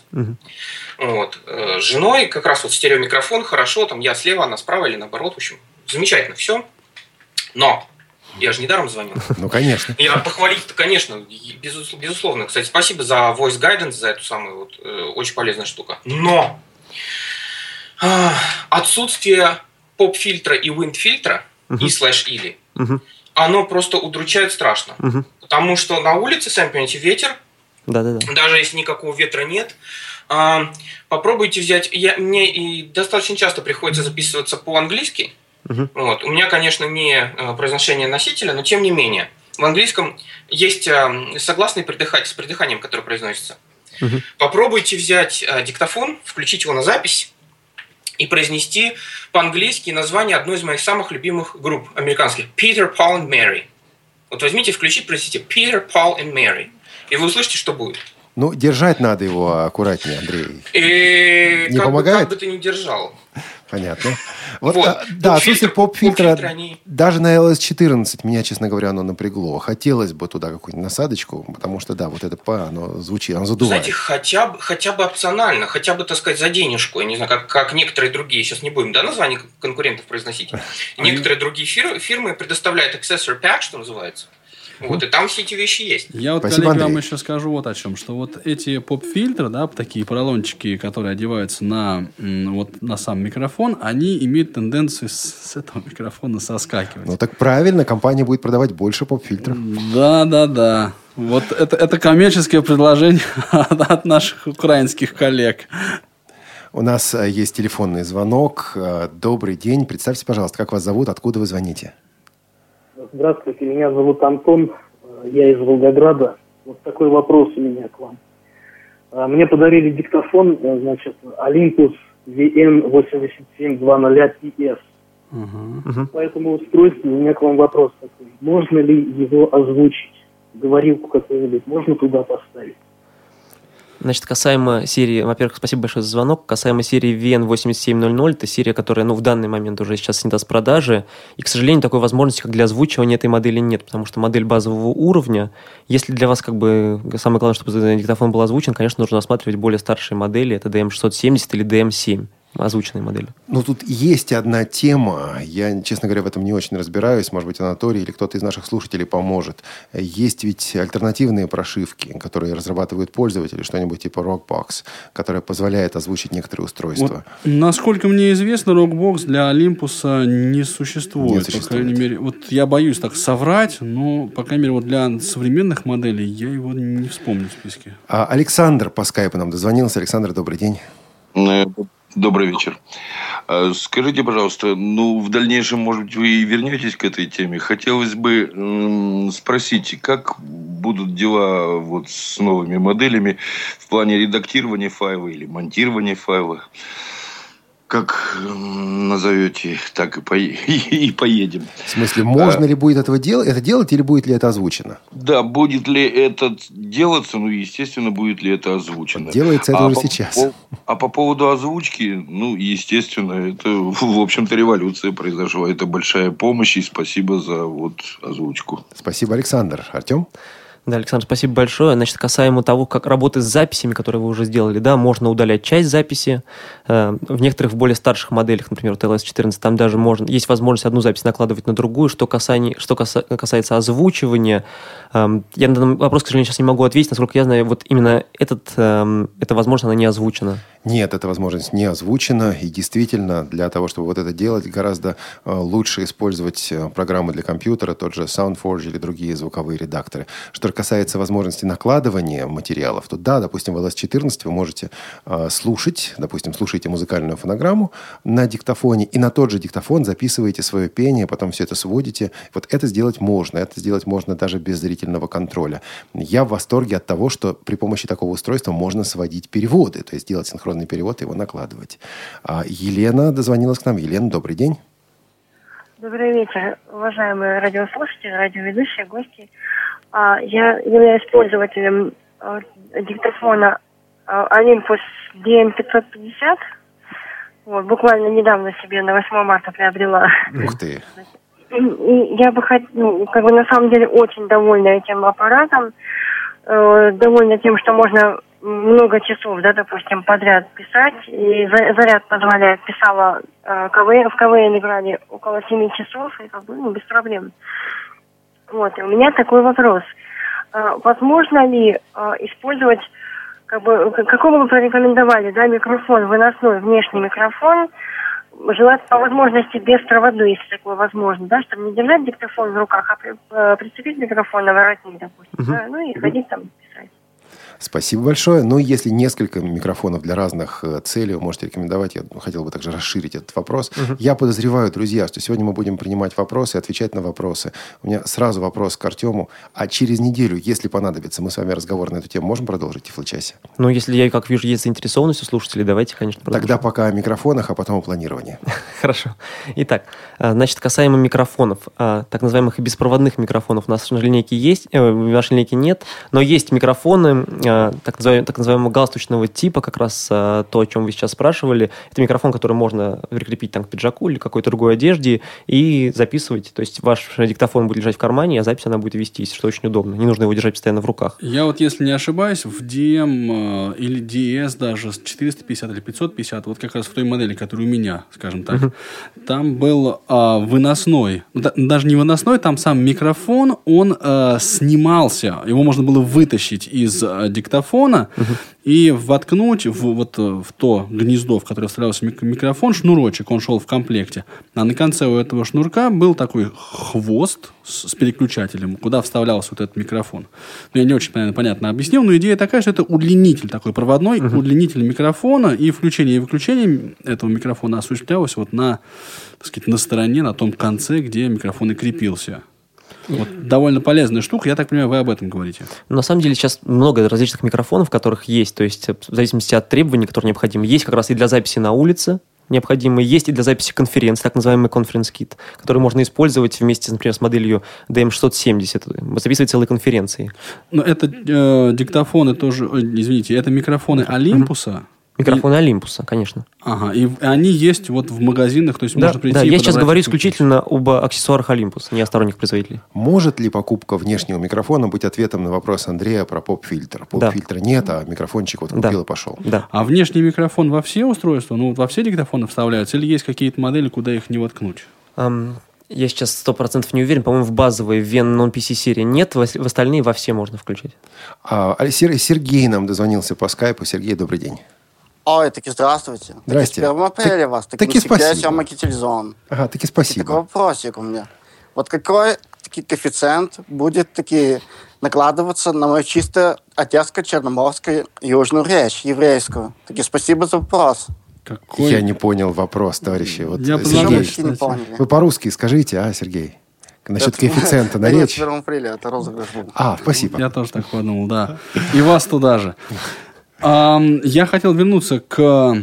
С женой как раз стереомикрофон, хорошо, там я слева, она справа или наоборот, в общем, замечательно все. Но я же недаром звонил. Конечно. Я похвалить-то, конечно, безусловно. Кстати, спасибо за voice guidance, за эту самую очень полезная штука. Но отсутствие поп-фильтра и wind-фильтра и слэш-или, оно просто удручает страшно. Потому что на улице, сами понимаете, ветер. Даже если никакого ветра нет. Попробуйте взять... Мне и достаточно часто приходится записываться по-английски. У меня, конечно, не произношение носителя, но тем не менее. В английском есть согласные с придыханием, которое произносится. Попробуйте взять диктофон, включить его на запись и произнести по-английски название одной из моих самых любимых групп американских. Peter, Paul and Mary. Возьмите, включите, произнесите Peter, Paul and Mary. И вы услышите, что будет. Ну, держать надо его аккуратнее, Андрей. Не помогает? Как бы ты ни держал. Понятно. Вот. Да, отсутствие поп-фильтра даже на LS14 меня, честно говоря, оно напрягло. Хотелось бы туда какую-нибудь насадочку, потому что, да, вот это P, оно звучит, оно задувает. Знаете, хотя бы опционально, хотя бы, так сказать, за денежку. Я не знаю, как некоторые другие, сейчас не будем, да, названия конкурентов произносить. Некоторые другие фирмы предоставляют accessory pack, что называется. Вот, и там все эти вещи есть. Я вот, коллеги, вам еще скажу вот о чем. Что вот эти поп-фильтры, да, такие поролончики, которые одеваются на сам микрофон, они имеют тенденцию с этого микрофона соскакивать. Ну, так правильно, компания будет продавать больше поп-фильтров. Да. Вот это коммерческое предложение от наших украинских коллег. У нас есть телефонный звонок. Добрый день. Представьте, пожалуйста, как вас зовут, откуда вы звоните? Здравствуйте, меня зовут Антон, я из Волгограда. Вот такой вопрос у меня к вам. Мне подарили диктофон, значит, Olympus VN8720TS. По этому устройству у меня к вам вопрос такой. Можно ли его озвучить? Говорилку какую-нибудь можно туда поставить? Значит, касаемо серии, во-первых, спасибо большое за звонок. Касаемо серии VN8700, это серия, которая, в данный момент уже сейчас снята с продажи. И, к сожалению, такой возможности, как для озвучивания этой модели нет, потому что модель базового уровня. Если для вас, самое главное, чтобы диктофон был озвучен, конечно, нужно рассматривать более старшие модели. Это DM670 или DM7. Озвученные модели. Ну, тут есть одна тема. Я, честно говоря, в этом не очень разбираюсь. Может быть, Анатолий или кто-то из наших слушателей поможет. Есть ведь альтернативные прошивки, которые разрабатывают пользователи, что-нибудь типа Rockbox, которое позволяет озвучить некоторые устройства. Вот, насколько мне известно, Rockbox для Olympus не существует. По крайней мере, вот я боюсь так соврать, но, по крайней мере, вот для современных моделей я его не вспомню в списке. Александр по скайпу нам дозвонился. Александр, добрый день. Добрый вечер. Скажите, пожалуйста, в дальнейшем, может быть, вы вернетесь к этой теме. Хотелось бы спросить, как будут дела с новыми моделями в плане редактирования файла или монтирования файла? Как назовете, так и поедем. В смысле, можно ли будет это делать или будет ли это озвучено? Да, будет ли это делаться, естественно, будет ли это озвучено. Делается это уже сейчас. А по поводу озвучки, естественно, это, в общем-то, революция произошла. Это большая помощь, и спасибо за озвучку. Спасибо, Александр. Артем? Да, Александр, спасибо большое. Значит, касаемо того, как работы с записями, которые вы уже сделали, да, можно удалять часть записи. В некоторых более старших моделях, например, LS14, там даже есть возможность одну запись накладывать на другую. Что касается озвучивания, я на данный вопрос, к сожалению, сейчас не могу ответить. Насколько я знаю, именно эта возможность, она не озвучена. Нет, эта возможность не озвучена. И действительно, для того, чтобы это делать, гораздо лучше использовать программы для компьютера, тот же SoundForge или другие звуковые редакторы. Что касается возможности накладывания материалов, то да, допустим, в LS14 вы можете слушать, слушаете музыкальную фонограмму на диктофоне, и на тот же диктофон записываете свое пение, потом все это сводите. Это сделать можно. Это сделать можно даже без зрительного контроля. Я в восторге от того, что при помощи такого устройства можно сводить переводы, то есть делать синхронный перевод и его накладывать. Елена дозвонилась к нам. Елена, добрый день. Добрый вечер, уважаемые радиослушатели, радиоведущие, гости. Я являюсь пользователем диктофона Olympus DM550. Буквально недавно себе на 8 марта приобрела. Ух ты! И я бы на самом деле очень довольна этим аппаратом. Довольна тем, что можно много часов, допустим, подряд писать. И заряд позволяет. Писала в КВН играли около 7 часов, и без проблем. И у меня такой вопрос. Возможно ли использовать, какой бы вы порекомендовали, микрофон, выносной внешний микрофон, желательно по возможности без провода, если такое возможно, чтобы не держать диктофон в руках, а прицепить микрофон на воротник, допустим, и ходить там писать. Спасибо большое. Если несколько микрофонов для разных целей вы можете рекомендовать, я хотел бы также расширить этот вопрос. Я подозреваю, друзья, что сегодня мы будем принимать вопросы и отвечать на вопросы. У меня сразу вопрос к Артему. А через неделю, если понадобится, мы с вами разговор на эту тему можем продолжить в Тифлочасе? Если я, как вижу, есть заинтересованность у слушателей, давайте, конечно, продолжим. Тогда пока о микрофонах, а потом о планировании. Хорошо. Итак, касаемо микрофонов, так называемых беспроводных микрофонов у нас в нашей линейке есть, в нашей линейке нет, но есть микрофоны так называемого галстучного типа, как раз то, о чем вы сейчас спрашивали. Это микрофон, который можно прикрепить там, к пиджаку или какой-то другой одежде и записывать. То есть ваш диктофон будет лежать в кармане, а запись она будет вестись, что очень удобно. Не нужно его держать постоянно в руках. Я вот, если не ошибаюсь, в DM или DS даже 450 или 550, вот как раз в той модели, которая у меня, скажем так, там был выносной, даже не выносной, там сам микрофон, он снимался, его можно было вытащить из диктофона и воткнуть в то гнездо, в которое вставлялся микрофон, шнурочек, он шел в комплекте. А на конце у этого шнурка был такой хвост с переключателем, куда вставлялся вот этот микрофон. Я не очень, наверное, понятно объяснил, но идея такая, что это удлинитель такой проводной, удлинитель микрофона, и включение и выключение этого микрофона осуществлялось вот на, так сказать, на стороне, на том конце, где микрофон и крепился. Вот довольно полезная штука, я так понимаю, вы об этом говорите. На самом деле сейчас много различных микрофонов, которых есть, то есть в зависимости от требований, которые необходимы, есть как раз и для записи на улице, необходимые, есть и для записи конференции, так называемый конференц-кит, который можно использовать вместе, например, с моделью DM670, записывать целые конференции. Но это диктофоны тоже, извините, это микрофоны Олимпуса? Микрофоны Олимпуса, конечно. Ага, и они есть вот в магазинах, то есть да, можно прийти да, и я сейчас говорю исключительно об аксессуарах Олимпус, не о сторонних производителей. Может ли покупка внешнего микрофона быть ответом на вопрос Андрея про поп-фильтр? Поп-фильтра нет, а микрофончик вот купил и пошел. Да. А внешний микрофон во все устройства, ну вот во все диктофоны вставляются, или есть какие-то модели, куда их не воткнуть? Я сейчас 100% не уверен. По-моему, в базовой Ven Non-PC серии нет, в остальные во все можно включить. Сергей нам дозвонился по скайпу. Сергей, добрый день. Ой, таки здравствуйте. Здрасте. Таки с 1 апреля вас. Таки спасибо. Съемки телевизион. Ага, таки спасибо. Такой вопросик у меня. Вот какой таки коэффициент будет таки накладываться на мою чисто одесско-черноморскую южную речь, еврейскую? Таки спасибо за вопрос. Какой? Я не понял вопрос, товарищи. Вот, я Сергей, не поняли. Вы по-русски скажите, Сергей? Насчет коэффициента на речь. 1 апреля, это розыгрыш был. Спасибо. Я тоже так подумал, да. И вас туда же. Я хотел вернуться к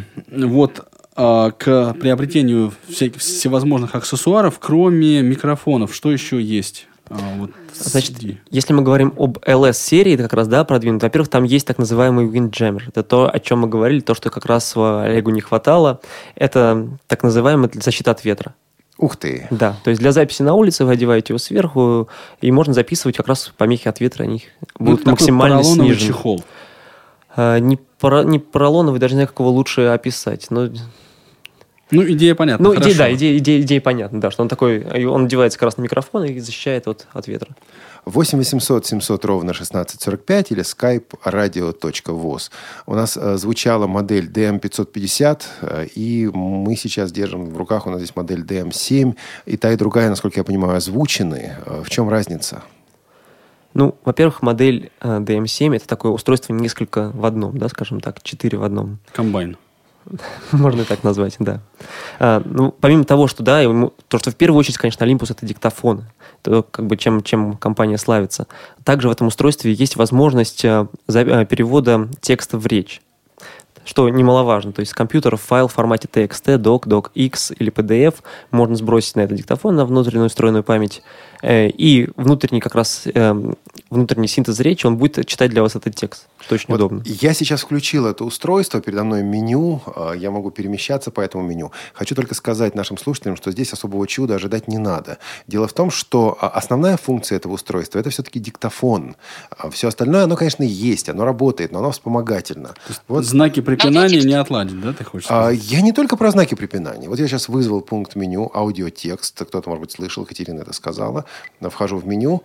приобретению всевозможных аксессуаров, кроме микрофонов. Что еще есть? Значит, если мы говорим об LS-серии, это как раз, да, продвинутый. Во-первых, там есть так называемый Windjammer. Это то, о чем мы говорили, то, что как раз Олегу не хватало. Это так называемая защита от ветра. Ух ты! Да, то есть для записи на улице вы одеваете его сверху, и можно записывать как раз помехи от ветра, они будут максимально снижены. Чехол. Не поролоновый, даже не знаю, как его лучше описать. Но... идея понятна. Идея понятна, да, что он такой, он одевается как раз на микрофон и защищает от ветра. 8 800 700 ровно 1645 или skype radio.voz. У нас звучала модель DM550, и мы сейчас держим в руках, у нас здесь модель DM7, и та, и другая, насколько я понимаю, озвучены. В чем разница? Во-первых, модель DM7 это такое устройство несколько в одном, да, скажем так, 4 в одном. Комбайн. Можно так назвать, да. Помимо того, что, да, то, что в первую очередь, конечно, Olympus это диктофон, то, как бы, чем компания славится. Также в этом устройстве есть возможность перевода текста в речь, что немаловажно. То есть с компьютера файл в формате TXT, doc, docx или PDF можно сбросить на этот диктофон, на внутреннюю встроенную память, и внутренний синтез речи, он будет читать для вас этот текст, что очень удобно. Я сейчас включил это устройство, передо мной меню, я могу перемещаться по этому меню. Хочу только сказать нашим слушателям, что здесь особого чуда ожидать не надо. Дело в том, что основная функция этого устройства – это все-таки диктофон. Все остальное, оно, конечно, есть, оно работает, но оно вспомогательно. Знаки препинания не отладить, да, ты хочешь сказать? Я не только про знаки препинания. Вот я сейчас вызвал пункт меню, аудиотекст, кто-то, может быть, слышал, Катерина это сказала. Вхожу в меню.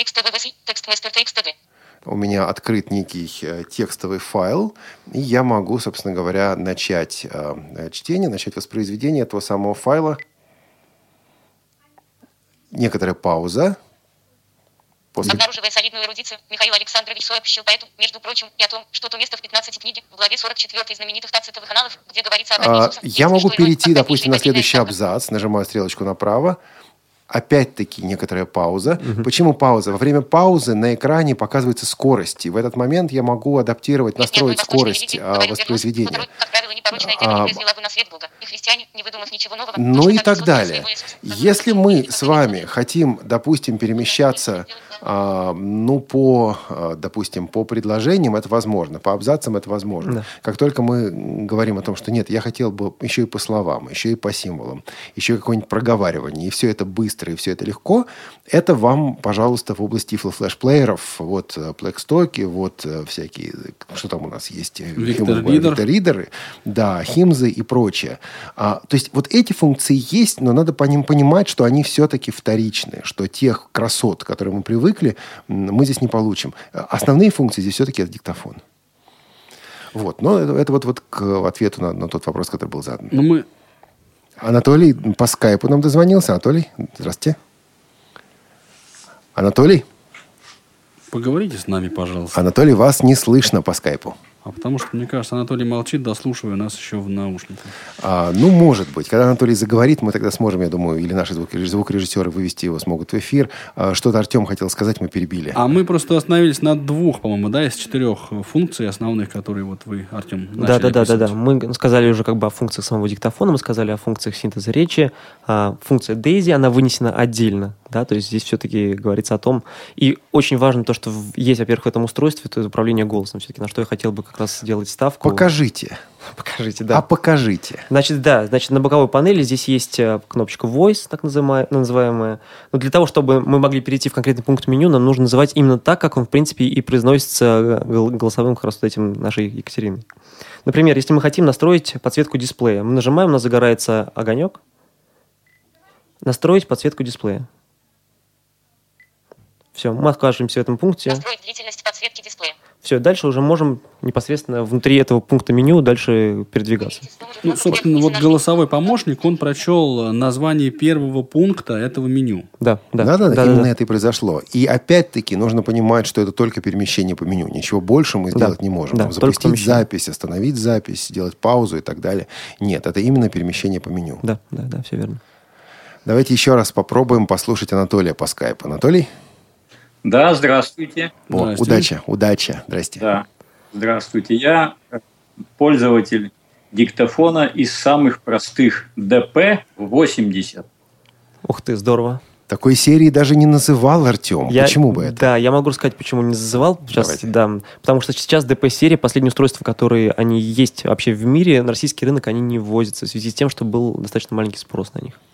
У меня открыт некий текстовый файл, и я могу, собственно говоря, начать чтение, начать воспроизведение этого самого файла. Некоторая пауза. Обнаруживая солидную эрудицию, Михаил Александрович сообщил поэту, между прочим, и о том, что то место в 15 книге, в главе 44 знаменитых тацитовых аналов, где говорится об Иисусе. Я могу перейти, допустим, на следующий абзац, нажимаю стрелочку направо. Опять-таки некоторая пауза. Почему пауза? Во время паузы на экране показывается скорость. И в этот момент я могу адаптировать, настроить скорость воспроизведения. Ну и так далее. Если мы с вами хотим, допустим, перемещаться Допустим, по предложениям это возможно, по абзацам это возможно. Да. Как только мы говорим о том, что нет, я хотел бы еще и по словам, еще и по символам, еще и какое-нибудь проговаривание, и все это быстро, и все это легко, это вам, пожалуйста, в области флешплееров, вот Плэкстоки, вот всякие, что там у нас есть? Виктор-ридеры, да, химзы и прочее. То есть вот эти функции есть, но надо по ним понимать, что они все-таки вторичные, что тех красот, к которым мы привыкли, мы здесь не получим. Основные функции здесь все-таки это диктофон. Вот. Но это вот к ответу на тот вопрос, который был задан. Анатолий по скайпу нам дозвонился. Анатолий, здравствуйте. Анатолий? Поговорите с нами, пожалуйста. Анатолий, вас не слышно по скайпу. А потому что, мне кажется, Анатолий молчит, дослушивая нас еще в наушниках. Может быть. Когда Анатолий заговорит, мы тогда сможем, я думаю, или наши звукорежиссеры вывести его смогут в эфир. Что-то Артем хотел сказать, мы перебили. Мы просто остановились на 2, по-моему, из 4 функций основных, которые вот вы, Артем, начали описывать. Да. Мы сказали уже о функциях самого диктофона, мы сказали о функциях синтеза речи. Функция Daisy, она вынесена отдельно. Да, то есть здесь все-таки говорится о том... И очень важно то, что есть, во-первых, в этом устройстве, то есть управление голосом. Все-таки на что я хотел бы как раз сделать ставку. Покажите, да. Покажите. Значит, на боковой панели здесь есть кнопочка Voice, так называемая. Но для того, чтобы мы могли перейти в конкретный пункт меню, нам нужно называть именно так, как он, в принципе, и произносится голосовым как раз вот этим нашей Екатериной. Например, если мы хотим настроить подсветку дисплея, мы нажимаем, у нас загорается огонек. Настроить подсветку дисплея. Все, мы окажемся в этом пункте. Настроить длительность подсветки дисплея. Все, дальше уже можем непосредственно внутри этого пункта меню дальше передвигаться. Собственно, вот голосовой помощник, он прочел название первого пункта этого меню. Да, именно это и произошло. И опять-таки нужно понимать, что это только перемещение по меню. Ничего больше мы сделать не можем. Запустить запись, остановить запись, сделать паузу и так далее. Нет, это именно перемещение по меню. Да, все верно. Давайте еще раз попробуем послушать Анатолия по скайпу. Анатолий? Да, здравствуйте. Удачи. Здрасте. Да, здравствуйте. Я пользователь диктофона из самых простых DP-80. Ух ты, здорово. Такой серии даже не называл Артем. Почему бы это? Да, я могу рассказать, почему не называл. Потому что сейчас DP-серии, последние устройства, которые они есть вообще в мире, на российский рынок они не ввозятся в связи с тем, что был достаточно маленький спрос на них.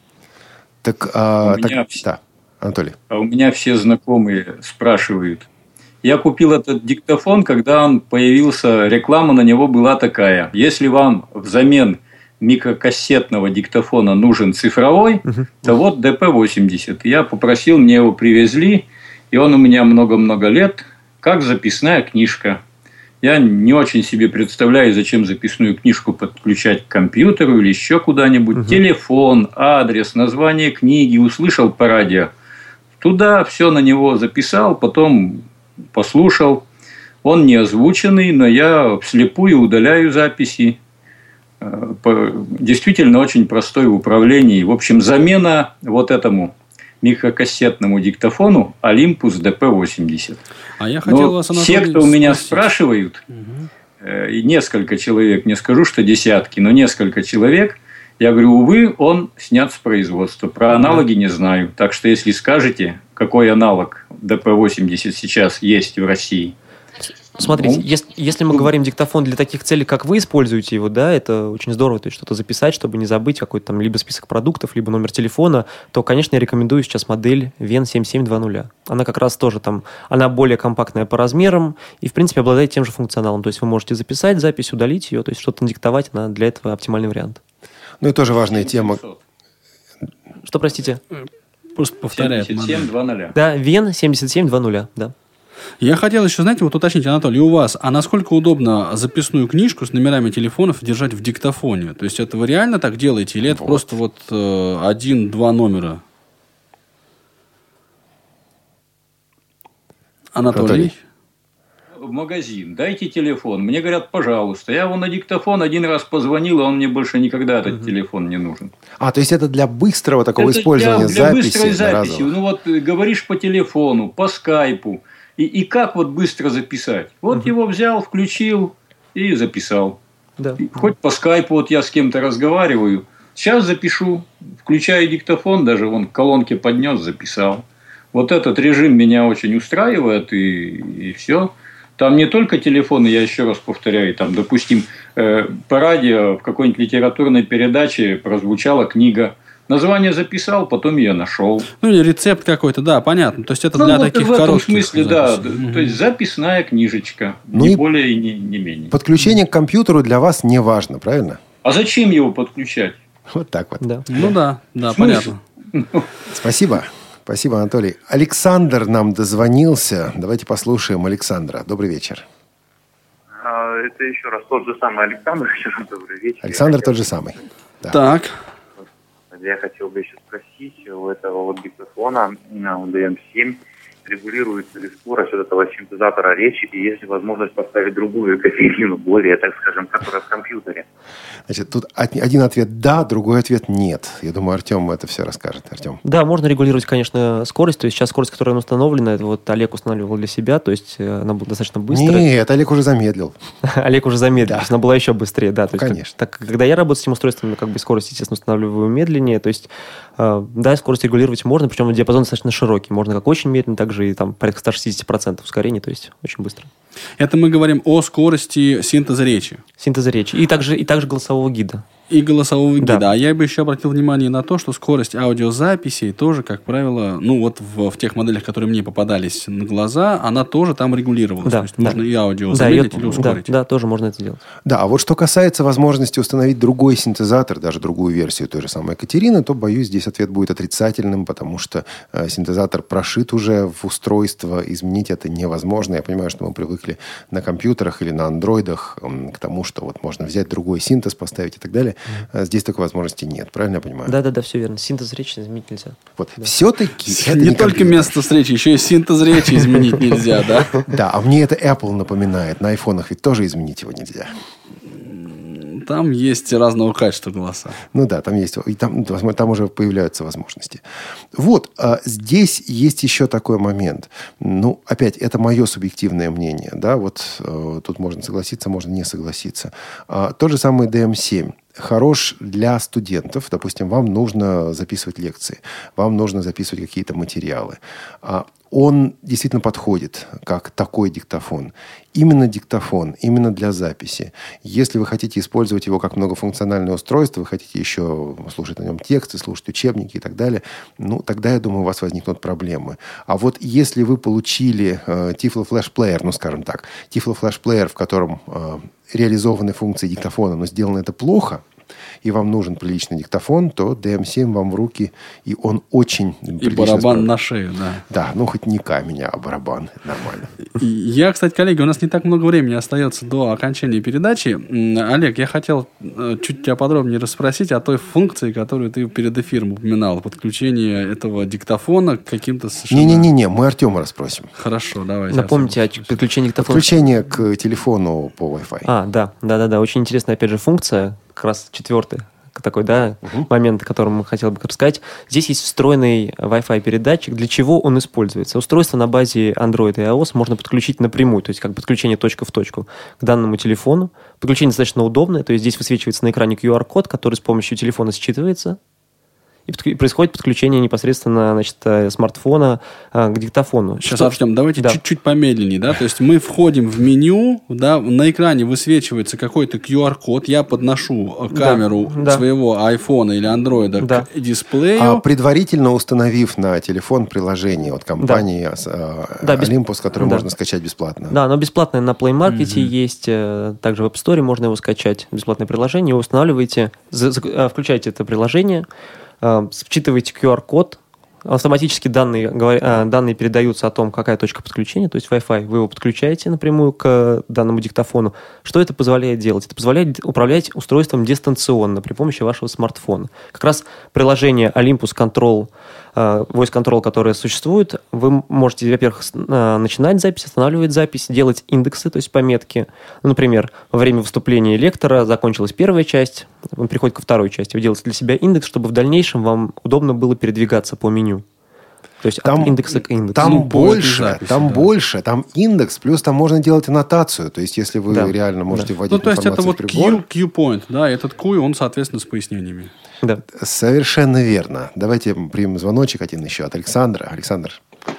Анатолий. У меня все знакомые спрашивают. Я купил этот диктофон, когда он появился, реклама на него была такая. Если вам взамен микрокассетного диктофона нужен цифровой, то вот DP-80. Я попросил, мне его привезли, и он у меня много-много лет, как записная книжка. Я не очень себе представляю, зачем записную книжку подключать к компьютеру или еще куда-нибудь. Телефон, адрес, название книги услышал по радио. Туда все на него записал, потом послушал. Он не озвученный, но я вслепую удаляю записи. Действительно очень простой в управлении. В общем, замена вот этому микрокассетному диктофону Olympus DP-80. Я хотел вас, Анатолий, все, кто у меня спрашивают, и несколько человек, не скажу, что десятки, но несколько человек, я говорю, увы, он снят с производства. Про аналоги не знаю. Так что, если скажете, какой аналог DP-80 сейчас есть в России. Смотрите, если мы говорим диктофон для таких целей, как вы используете его, да, это очень здорово, то есть что-то записать, чтобы не забыть какой-то там либо список продуктов, либо номер телефона, то, конечно, я рекомендую сейчас модель VN7720. Она как раз тоже там, она более компактная по размерам и, в принципе, обладает тем же функционалом. То есть вы можете записать запись, удалить ее, то есть что-то диктовать, она для этого оптимальный вариант. И тоже важная тема. Что, простите? Просто повторяет. 7720. Да, VN7720, да. Я хотел еще, знаете, вот уточнить, Анатолий, у вас, а насколько удобно записную книжку с номерами телефонов держать в диктофоне? То есть, это вы реально так делаете? Или это просто вот 1-2 номера? Анатолий? В магазин, дайте телефон. Мне говорят, пожалуйста. Я его на диктофон один раз позвонил, а он мне больше никогда этот телефон не нужен. То есть, это для быстрого такого использования для быстрой записи. Вот говоришь по телефону, по скайпу. И как вот быстро записать? Вот его взял, включил и записал. Да. Хоть по скайпу, вот я с кем-то разговариваю. Сейчас запишу. Включаю диктофон, даже вон к колонке поднес, записал. Вот этот режим меня очень устраивает, и все. Там не только телефоны, я еще раз повторяю, там, допустим, по радио в какой-нибудь литературной передаче прозвучала книга. Название записал, потом я нашел. Ну, или рецепт какой-то, да, понятно. То есть, это для таких в этом коротких смысле, записей. Да. То есть, записная книжечка. Не более и не менее. Подключение к компьютеру для вас не важно, правильно? А зачем его подключать? Вот так вот. Да. Ну, да, понятно. Спасибо. Спасибо, Анатолий. Александр нам дозвонился. Давайте послушаем Александра. Добрый вечер. Это еще раз тот же самый Александр. Добрый вечер. Александр тот же самый. Да. Так. Я хотел бы еще спросить, у этого вот диктофона DM7 регулируется ли скорость вот этого синтезатора речи, и есть ли возможность поставить другую кофеину, более, так скажем, которая в компьютере? Значит, тут один ответ «да», другой ответ «нет». Я думаю, Артем это все расскажет. Артем. Да, можно регулировать, конечно, скорость. То есть, сейчас скорость, которая установлена, это вот Олег устанавливал для себя, то есть, она была достаточно быстрая. Нет, Олег уже замедлил. Олег уже замедлил, то есть, она была еще быстрее, да. Конечно. Так, когда я работаю с этим устройством, как бы скорость, естественно, устанавливаю медленнее. То есть, да, скорость регулировать можно, причем диапазон достаточно широкий. Можно как очень медленно, так же и там порядка 160% ускорения, то есть очень быстро. Это мы говорим о скорости синтеза речи. Синтеза речи. И также голосового гида. И голосового гида. А я бы еще обратил внимание на то, что скорость аудиозаписей тоже, как правило, ну вот в тех моделях, которые мне попадались на глаза, она тоже там регулировалась. То есть можно и аудио замедлить или ускорить. Да, тоже можно это делать. Да, а вот что касается возможности установить другой синтезатор, даже другую версию той же самой Екатерины, то, боюсь, здесь ответ будет отрицательным, потому что синтезатор прошит уже в устройство, изменить это невозможно. Я понимаю, что мы привыкли на компьютерах или на андроидах к тому, что вот можно взять другой синтез, поставить и так далее. Здесь такой возможности нет, правильно я понимаю? Да, все верно. Синтез речи изменить нельзя. Вот. Да. Все-таки это не только место встречи, еще и синтез речи изменить нельзя, да? Да, а мне это Apple напоминает. На айфонах ведь тоже изменить его нельзя. Там есть разного качества голоса. Ну да, там есть. И там уже появляются возможности. Вот, здесь есть еще такой момент. Ну, опять, это мое субъективное мнение. Да, вот тут можно согласиться, можно не согласиться. Тот же самый DM7 хорош для студентов. Допустим, вам нужно записывать лекции, вам нужно записывать какие-то материалы. Он действительно подходит как такой диктофон. Именно диктофон, именно для записи. Если вы хотите использовать его как многофункциональное устройство, вы хотите еще слушать на нем тексты, слушать учебники и так далее, ну, тогда, я думаю, у вас возникнут проблемы. А вот если вы получили Tiflo Flash Player, ну, скажем так, Tiflo Flash Player, в котором реализованы функции диктофона, но сделано это плохо, и вам нужен приличный диктофон, то DM7 вам в руки, и он очень... И барабан на шею, да. Да, ну хоть не камень, а барабан. Это нормально. Я, кстати, коллеги, у нас не так много времени остается до окончания передачи. Олег, я хотел чуть тебя подробнее расспросить о той функции, которую ты перед эфиром упоминал. Подключение этого диктофона к каким-то совершенно... Не-не-не, мы Артема расспросим. Хорошо, давайте. Напомните о подключении диктофона. Подключение к телефону по Wi-Fi. Да. Очень интересная, опять же, функция. Как раз четвертый такой, да, момент, о котором мы хотели бы рассказать. Здесь есть встроенный Wi-Fi передатчик. Для чего он используется? Устройство на базе Android и iOS можно подключить напрямую, то есть как подключение точка в точку к данному телефону. Подключение достаточно удобное, то есть здесь высвечивается на экране QR-код, который с помощью телефона считывается, и происходит подключение непосредственно, значит, смартфона к диктофону. Сейчас, Артем, давайте чуть-чуть помедленнее, да, то есть мы входим в меню, да, на экране высвечивается какой-то QR-код, я подношу камеру своего айфона или андроида к дисплею. Предварительно установив на телефон приложение от компании Olympus, которое можно скачать бесплатно. Да, оно бесплатное на Play Market есть, также в App Store можно его скачать, бесплатное приложение, вы устанавливаете, включаете это приложение, считываете QR-код, автоматически данные передаются о том, какая точка подключения, то есть Wi-Fi, вы его подключаете напрямую к данному диктофону. Что это позволяет делать? Это позволяет управлять устройством дистанционно при помощи вашего смартфона. Как раз приложение Olympus Control, Voice Control, которое существует, вы можете, во-первых, начинать запись, останавливать запись, делать индексы, то есть пометки. Например, во время выступления лектора закончилась первая часть, он переходит ко второй части. Вы делаете для себя индекс, чтобы в дальнейшем вам удобно было передвигаться по меню. То есть там, от индекса к индексу. Там больше, там индекс, плюс там можно делать аннотацию. То есть, если вы реально можете вводить информацию в прибор. Ну, то есть, это вот Q-point, да, этот Q, он, соответственно, с пояснениями. Да. Совершенно верно. Давайте примем звоночек один еще от Александра. Александр.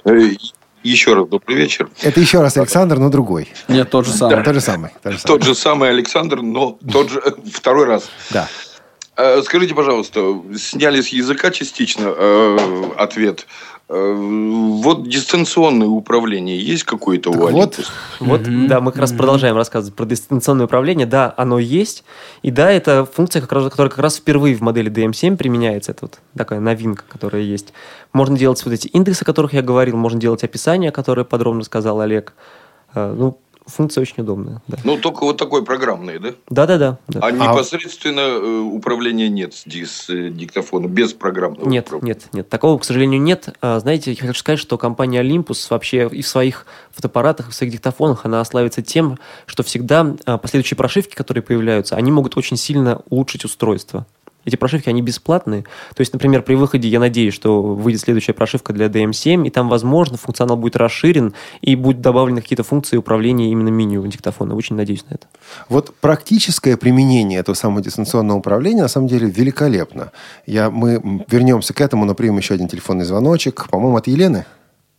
Еще раз добрый вечер. Это еще раз Александр, но другой. Нет, тот же самый. Да. Тот же самый. Тот же самый Александр, но тот же второй раз. Да. Скажите, пожалуйста, сняли с языка частично ответ. Вот дистанционное управление есть какое-то у Olympus? Да, мы как раз продолжаем рассказывать про дистанционное управление. Да, оно есть. И да, это функция, которая как раз впервые в модели DM7 применяется. Это вот такая новинка, которая есть. Можно делать вот эти индексы, о которых я говорил. Можно делать описание, которое подробно сказал Олег. Функция очень удобная. Да. Только вот такой программный, да? Да. А непосредственно управления нет с диктофоном, без программного управления? Нет. Такого, к сожалению, нет. Знаете, я хочу сказать, что компания Olympus вообще и в своих фотоаппаратах, и в своих диктофонах, она славится тем, что всегда последующие прошивки, которые появляются, они могут очень сильно улучшить устройство. Эти прошивки, они бесплатные. То есть, например, при выходе, я надеюсь, что выйдет следующая прошивка для DM7, и там, возможно, функционал будет расширен, и будут добавлены какие-то функции управления именно меню диктофона. Очень надеюсь на это. Вот практическое применение этого самого дистанционного управления, на самом деле, великолепно. Мы вернемся к этому, но примем еще один телефонный звоночек, по-моему, от Елены.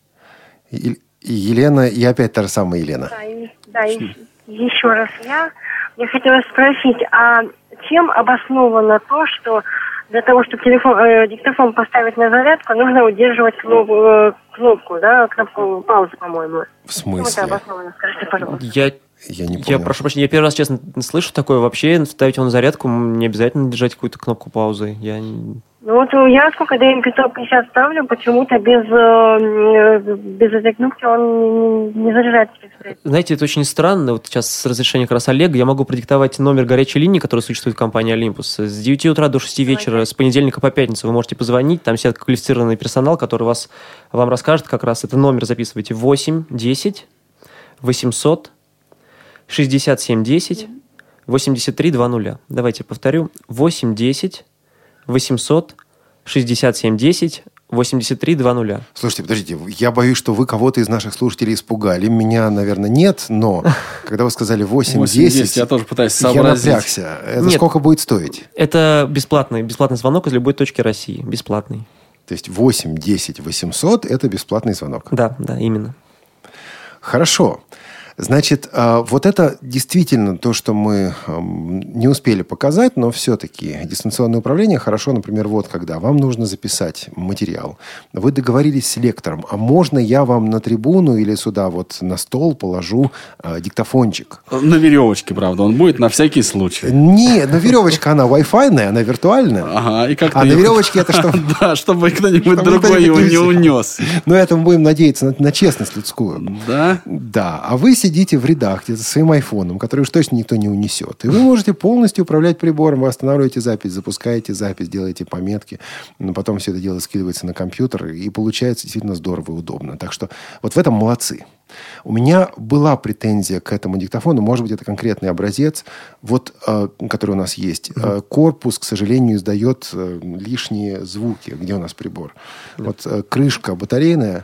Елена, и опять та же самая Елена. Да, еще раз я хотела спросить, а чем обосновано то, что для того, чтобы диктофон поставить на зарядку, нужно удерживать кнопку, да, кнопку паузы, по-моему? В смысле? Чем это обосновано? Скажите, пожалуйста. Я не понял. Я прошу прощения, я первый раз, честно, слышу такое. Вообще, ставить его на зарядку, не обязательно держать какую-то кнопку паузы. Я сколько DM550 ставлю, почему-то без этой кнопки он не заряжается. Знаете, это очень странно. Вот сейчас с разрешения как раз Олега я могу продиктовать номер горячей линии, который существует в компании Olympus. С 9 утра до 6 вечера, с понедельника по пятницу вы можете позвонить. Там сидит квалифицированный персонал, который вам расскажет как раз. Это номер записывайте 8 10 800 67 10 83 20. Давайте повторю. 8 10 800 67 10 83 20. Слушайте, подождите, я боюсь, что вы кого-то из наших слушателей испугали. Меня, наверное, нет, но когда вы сказали 8-10, я тоже пытаюсь сообразить. Я напрягся. Это сколько будет стоить? Это бесплатный звонок из любой точки России. Бесплатный. То есть 8-10 800 – это бесплатный звонок? Да, именно. Хорошо. Значит, вот это действительно то, что мы не успели показать, но все-таки дистанционное управление хорошо, например, вот когда вам нужно записать материал. Вы договорились с лектором, а можно я вам на трибуну или сюда вот на стол положу диктофончик? На веревочке, правда, он будет на всякий случай. Нет, на веревочка она Wi-Fi-ная, она виртуальная. Ага, и как-то... А на веревочке это что? Да, чтобы кто-нибудь другой его не унес. Но это мы будем надеяться на честность людскую. Да? Да, а вы сидите в редакте со своим айфоном, который уж точно никто не унесет. И вы можете полностью управлять прибором. Вы останавливаете запись, запускаете запись, делаете пометки. Но потом все это дело скидывается на компьютер. И получается действительно здорово и удобно. Так что вот в этом молодцы. У меня была претензия к этому диктофону. Может быть, это конкретный образец, вот, который у нас есть. Корпус, к сожалению, издает лишние звуки. Где у нас прибор? Вот крышка батарейная.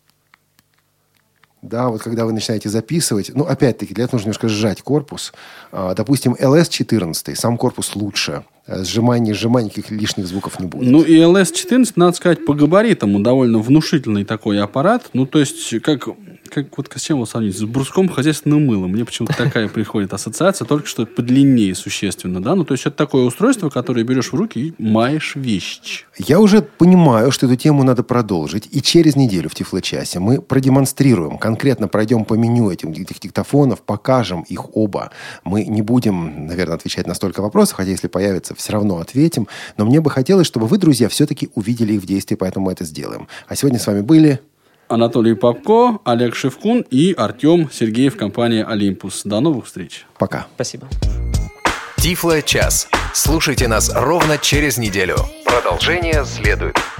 Да, вот когда вы начинаете записывать, опять-таки, для этого нужно немножко сжать корпус. Допустим, LS14, сам корпус лучше. Сжимания, никаких лишних звуков не будет. И LS14, надо сказать, по габаритам довольно внушительный такой аппарат. То есть, как вот с чем его сравнить? С бруском хозяйственного мыла. Мне почему-то такая приходит ассоциация, только что подлиннее существенно, да? То есть, это такое устройство, которое берешь в руки и маешь вещь. Я уже понимаю, что эту тему надо продолжить. И через неделю в Тифлочасе мы продемонстрируем, конкретно пройдем по меню этих диктофонов, покажем их оба. Мы не будем, наверное, отвечать на столько вопросов, хотя если появится, все равно ответим. Но мне бы хотелось, чтобы вы, друзья, все-таки увидели их в действии, поэтому мы это сделаем. А сегодня с вами были... Анатолий Попко, Олег Шевкун и Артем Сергеев, компания Olympus. До новых встреч. Пока. Спасибо. Тифло час. Слушайте нас ровно через неделю. Продолжение следует.